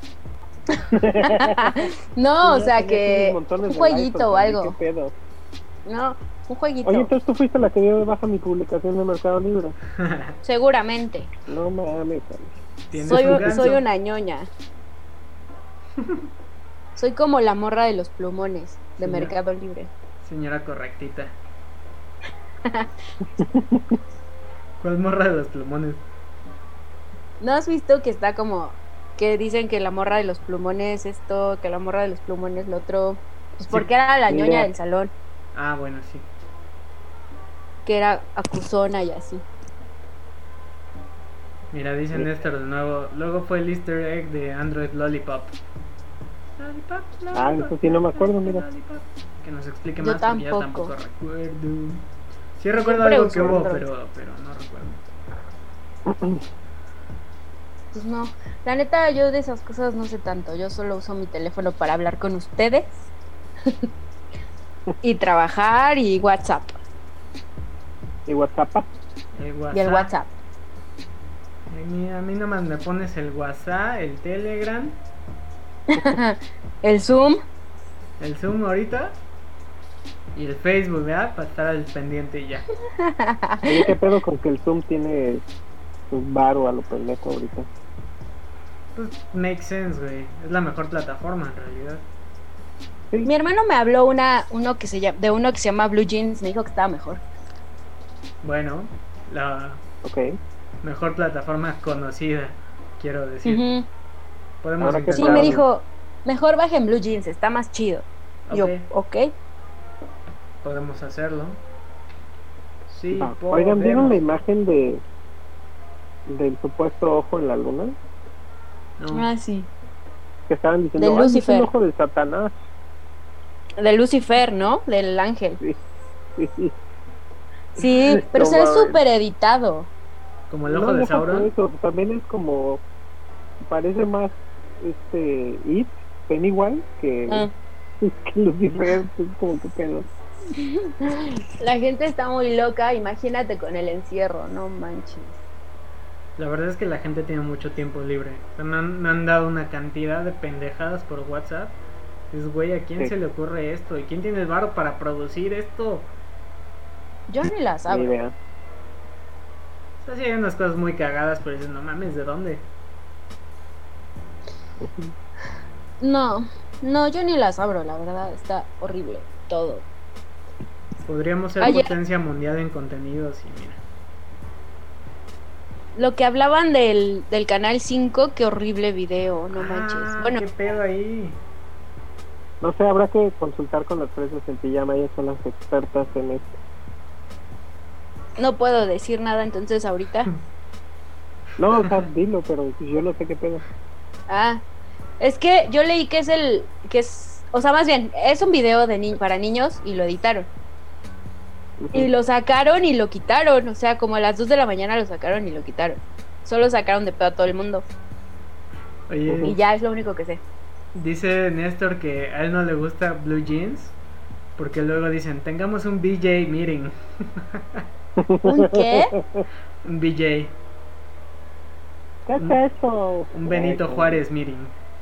No, o Sí, ya sea tenías que unos montones un de jueguito likes, o güey, algo. ¿qué pedo? No, un jueguito. Oye, entonces tú fuiste la que dio de baja mi publicación de Mercado Libre. Seguramente. No mames, Tienes Soy, un ganso. soy una ñoña. Soy como la morra de los plumones de Sí, Mercado Libre. Señora correctita. ¿Cuál morra de los plumones? ¿No has visto que está como que dicen que la morra de los plumones esto, que la morra de los plumones lo otro? Pues Sí. porque era la Ni ñoña idea. del salón, Ah, bueno, sí. que era acusona y así. Mira, dice Sí. Néstor de nuevo. Luego fue el Easter egg de Android Lollipop. Ah, eso sí no me acuerdo, mira. Lollipop. Que nos explique Yo más porque yo tampoco. tampoco recuerdo. Sí recuerdo Siempre algo uso que hubo, Android. pero no recuerdo. Pues no, la neta yo de esas cosas no sé tanto. Yo solo uso mi teléfono para hablar con ustedes y trabajar y WhatsApp. ¿Y WhatsApp? Y el WhatsApp. A mí nomás me pones el WhatsApp, el Telegram, El Zoom. el Zoom ahorita y el Facebook, ¿verdad? Para estar al pendiente y ya. Oye, ¿qué pedo con que el Zoom tiene su varo a lo pendejo ahorita? Pues makes sense, güey. Es la mejor plataforma en realidad. Mi hermano me habló uno que se llama Blue Jeans, me dijo que estaba mejor. Bueno, la Ok. mejor plataforma conocida, quiero decir. Ujú. Podemos Ahora que Sí, intentarlo. me dijo, mejor bajen Blue Jeans, está más chido. Y Ok, yo, ok. podemos hacerlo. Sí, Ah, oigan, ¿vieron la podemos. imagen del supuesto ojo en la luna? No. Ah, sí. Que estaban diciendo, De ¡ay, es Lucifer. el ojo de Satanás! De Lucifer, ¿no? Del ángel. Sí, sí, sí. Sí, pero No se ve mames. súper editado. Como el No, ojo de deja por Sauron. eso, también es como, parece más, It, Pennywise, que, Ah. que Lucifer, es como que pedo. La gente está muy loca, imagínate con el encierro, no manches. La verdad es que la gente tiene mucho tiempo libre. O sea, me han dado una cantidad de pendejadas por WhatsApp. Dices, güey, ¿a quién Sí. se le ocurre esto? ¿Y quién tiene el varo para producir esto? Yo ni las Ni abro. idea. O sea, sí hay unas cosas muy cagadas, pero dices, no mames, ¿de dónde? No, yo ni las abro, la verdad, está horrible todo. Podríamos ser Ayer- potencia mundial en contenidos y mira. Lo que hablaban del canal 5, qué horrible video, no manches. Bueno, ¿qué pedo ahí? No sé, habrá que consultar con las fresas en pijama, ellas son las expertas en esto. no puedo decir nada entonces ahorita. No, o sea, dilo, pero yo no sé qué pedo. Ah, Es que yo leí que o sea, más bien, es un video para niños y lo editaron. Y lo sacaron y lo quitaron, o sea, como a las 2 de la mañana lo sacaron y lo quitaron. Solo sacaron de pedo a todo el mundo. Oye, Y ya es lo único que sé. dice Néstor que a él no le gusta Blue Jeans porque luego dicen, tengamos un BJ meeting. ¿Un qué? Un BJ, ¿Qué es eso? un Benito Juárez meeting.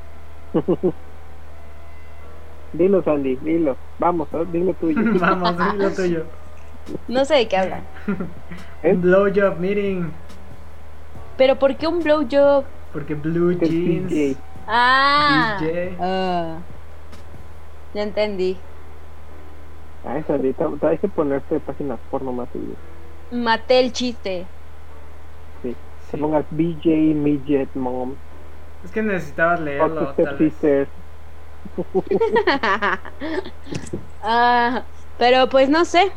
Dilo, Sandy, dilo. Vamos, dilo tuyo. Vamos, es lo tuyo. No sé de qué hablan. Un blowjob meeting. Pero ¿por qué un blowjob? Porque Blue Que es Jeans. BJ. Ah. BJ. Ya entendí. Ay, Sandy, hay que ponerte páginas porno más seguido. Maté el chiste. Sí. Sí. Que pongas BJ Midget Mom. Es que necesitabas leerlo, Fuck tal vez. Sisters. Pero pues no sé.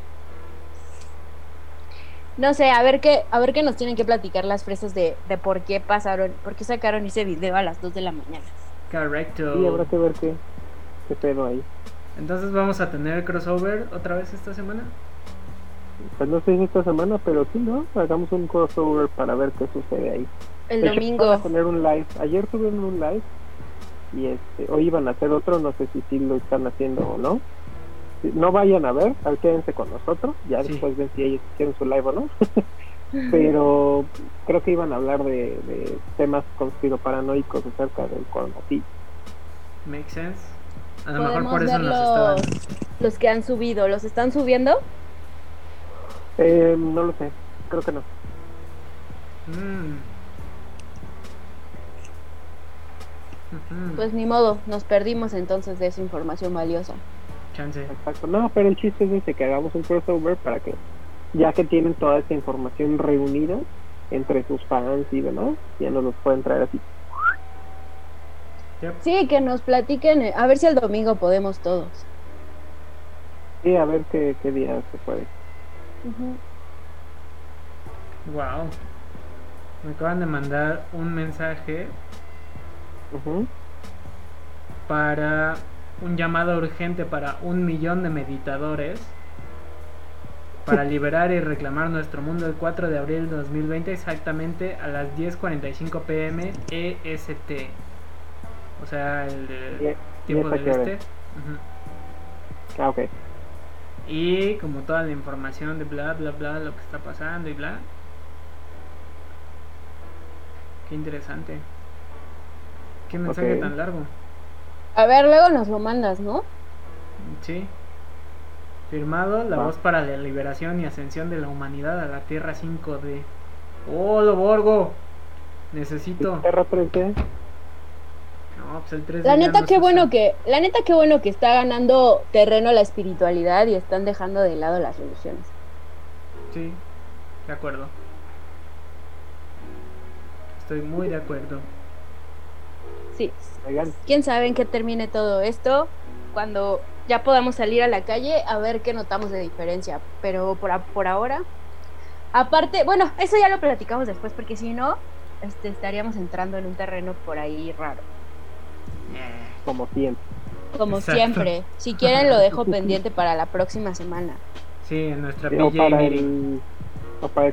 No sé, a ver qué nos tienen que platicar las fresas de por qué sacaron ese video a las 2 de la mañana. Correcto. Sí, habrá que ver qué pedo ahí. Entonces vamos a tener crossover otra vez esta semana. Pues no sé si esta semana, pero sí, ¿no? Hagamos un crossover para ver qué sucede ahí. El De hecho, domingo. van a poner un live. Ayer tuvieron un live y hoy iban a hacer otro, no sé si sí lo están haciendo o no. No vayan a ver, quédense con nosotros, ya Sí. después ven si ellos hicieron su live o no. Pero creo que iban a hablar de temas conspiro-paranoicos acerca del coronavirus. Make sense. A lo mejor Podemos por eso ver nos estaban. los que han subido. ¿Los están subiendo? No lo sé, creo que no. Ujú. Pues ni modo, nos perdimos entonces de esa información valiosa. Chance. Exacto, no, pero el chiste es ese, que hagamos un crossover para que, ya que tienen toda esa información reunida entre sus fans y demás, ya nos los pueden traer así. Yep. Sí, que nos platiquen, a ver si el domingo podemos todos. Sí, a ver qué día se puede. Wow. Me acaban de mandar un mensaje Ujú. para un llamado urgente para 1 millón de meditadores para liberar y reclamar nuestro mundo el 4 de abril de 2020 exactamente a las 10:45 p.m. EST. O sea, el tiempo ¿Y esa del qué hora este. es? Ujú. Ah, ok. Y como toda la información de bla bla bla, lo que está pasando y bla. Qué interesante. Qué mensaje Ok. tan largo. A ver, luego nos lo mandas, ¿no? Sí. Firmado, la Va. voz para la liberación y ascensión de la humanidad a la Tierra 5D. ¡Oh, lo borgo! Necesito. Terra 3D. No, pues el 3D La ya neta no qué se bueno usa. qué bueno que está ganando terreno la espiritualidad y están dejando de lado las religiones. Sí, de acuerdo. Estoy muy de acuerdo. Sí. Oigan, ¿Quién sabe en qué termine todo esto? Cuando ya podamos salir a la calle a ver qué notamos de diferencia. Pero por ahora, aparte, bueno, eso ya lo platicamos después porque si no, estaríamos entrando en un terreno por ahí raro. como siempre. Como Exacto. siempre. Si quieren lo dejo pendiente para la próxima semana. Sí, en nuestra O BJ para meeting. el... O para el...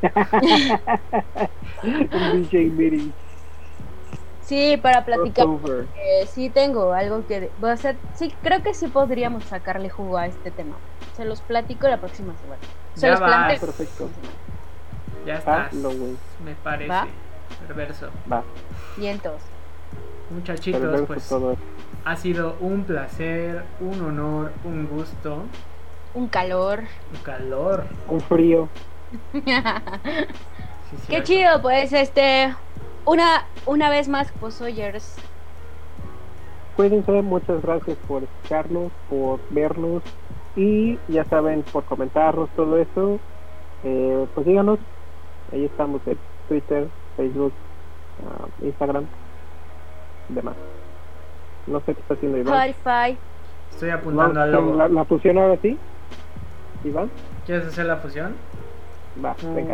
un DJ meeting. Sí, para platicar. Crossover. Sí tengo algo que voy a hacer. Sí, creo que sí podríamos sacarle jugo a este tema. Se los platico la próxima semana. Se Ya los vas. planteo. Perfecto. Ya estás. Hazlo, güey. Me parece. ¿Va? Perverso. Va. Vientos. Muchachitos, Perverso pues todo esto. ha sido un placer, un honor, un gusto, Un calor. un calor. Un frío. Sí, Qué cierto. chido, pues una vez más, Pozoyers. Cuídense, muchas gracias por escucharnos, por vernos y ya saben, por comentarnos todo eso. Pues díganos, ahí estamos en Twitter, Facebook, Instagram, demás. No sé qué está haciendo Iván. Spotify. Estoy apuntando al logo. La fusión ahora sí, Iván. ¿Quieres hacer la fusión? Va, venga.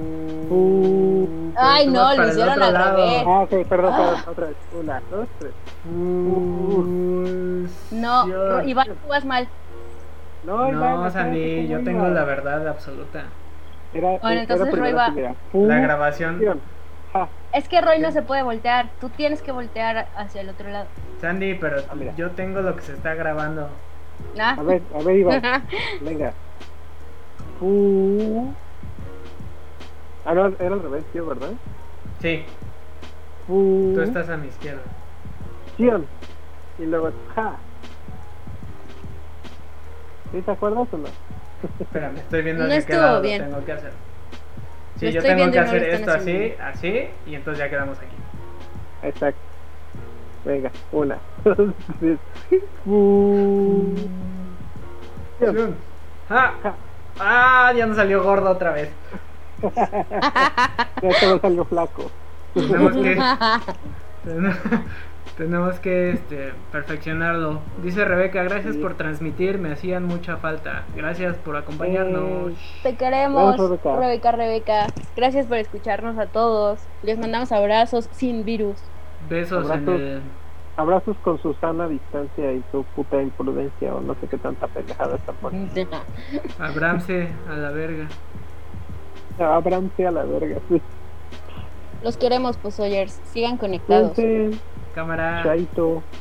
Ay, Tú no, vas lo para el hicieron otro al lado. revés. Ah, ok, perdón, otra vez. 1, 2, 3. No, Dios. Iván, tú vas mal. No, No, Sandy, yo tengo la verdad absoluta. Bueno, entonces Roy primero va. así, mira. La grabación. Ja. Es que Roy no se puede voltear. Tú tienes que voltear hacia el otro lado. Sandy, pero mira. yo tengo lo que se está grabando. Ah. A ver, Iván. Venga. Ah, no, era al revés, tío, ¿verdad? Sí, tú estás a mi izquierda. Sion. Y luego, ja. ¿Sí te acuerdas o no? Espérame, estoy viendo No de qué estuvo lado bien. lo tengo que hacer. Sí, Lo yo estoy tengo viendo que y no lo hacer están esto haciendo así, y entonces ya quedamos aquí. Exacto. Venga, 1, 2, 3. Sion. ¡Ah! Ja. ¡Ah! Ya nos salió gordo otra vez. Ya te va salió flaco. Tenemos que perfeccionarlo. Dice Rebeca, gracias Sí. por transmitir, me hacían mucha falta. Gracias por acompañarnos. Te queremos, Vamos, Rebeca. Gracias por escucharnos a todos. Les mandamos abrazos sin virus. Besos Abrazos. en el... Abrazos con su sana distancia y su puta imprudencia o no sé qué tanta pendejada están poniendo. Abramse a la verga. Abramse a la verga. Sí. Los queremos, Pozoyers. Sigan conectados. Cuídense, Cámara. chaito.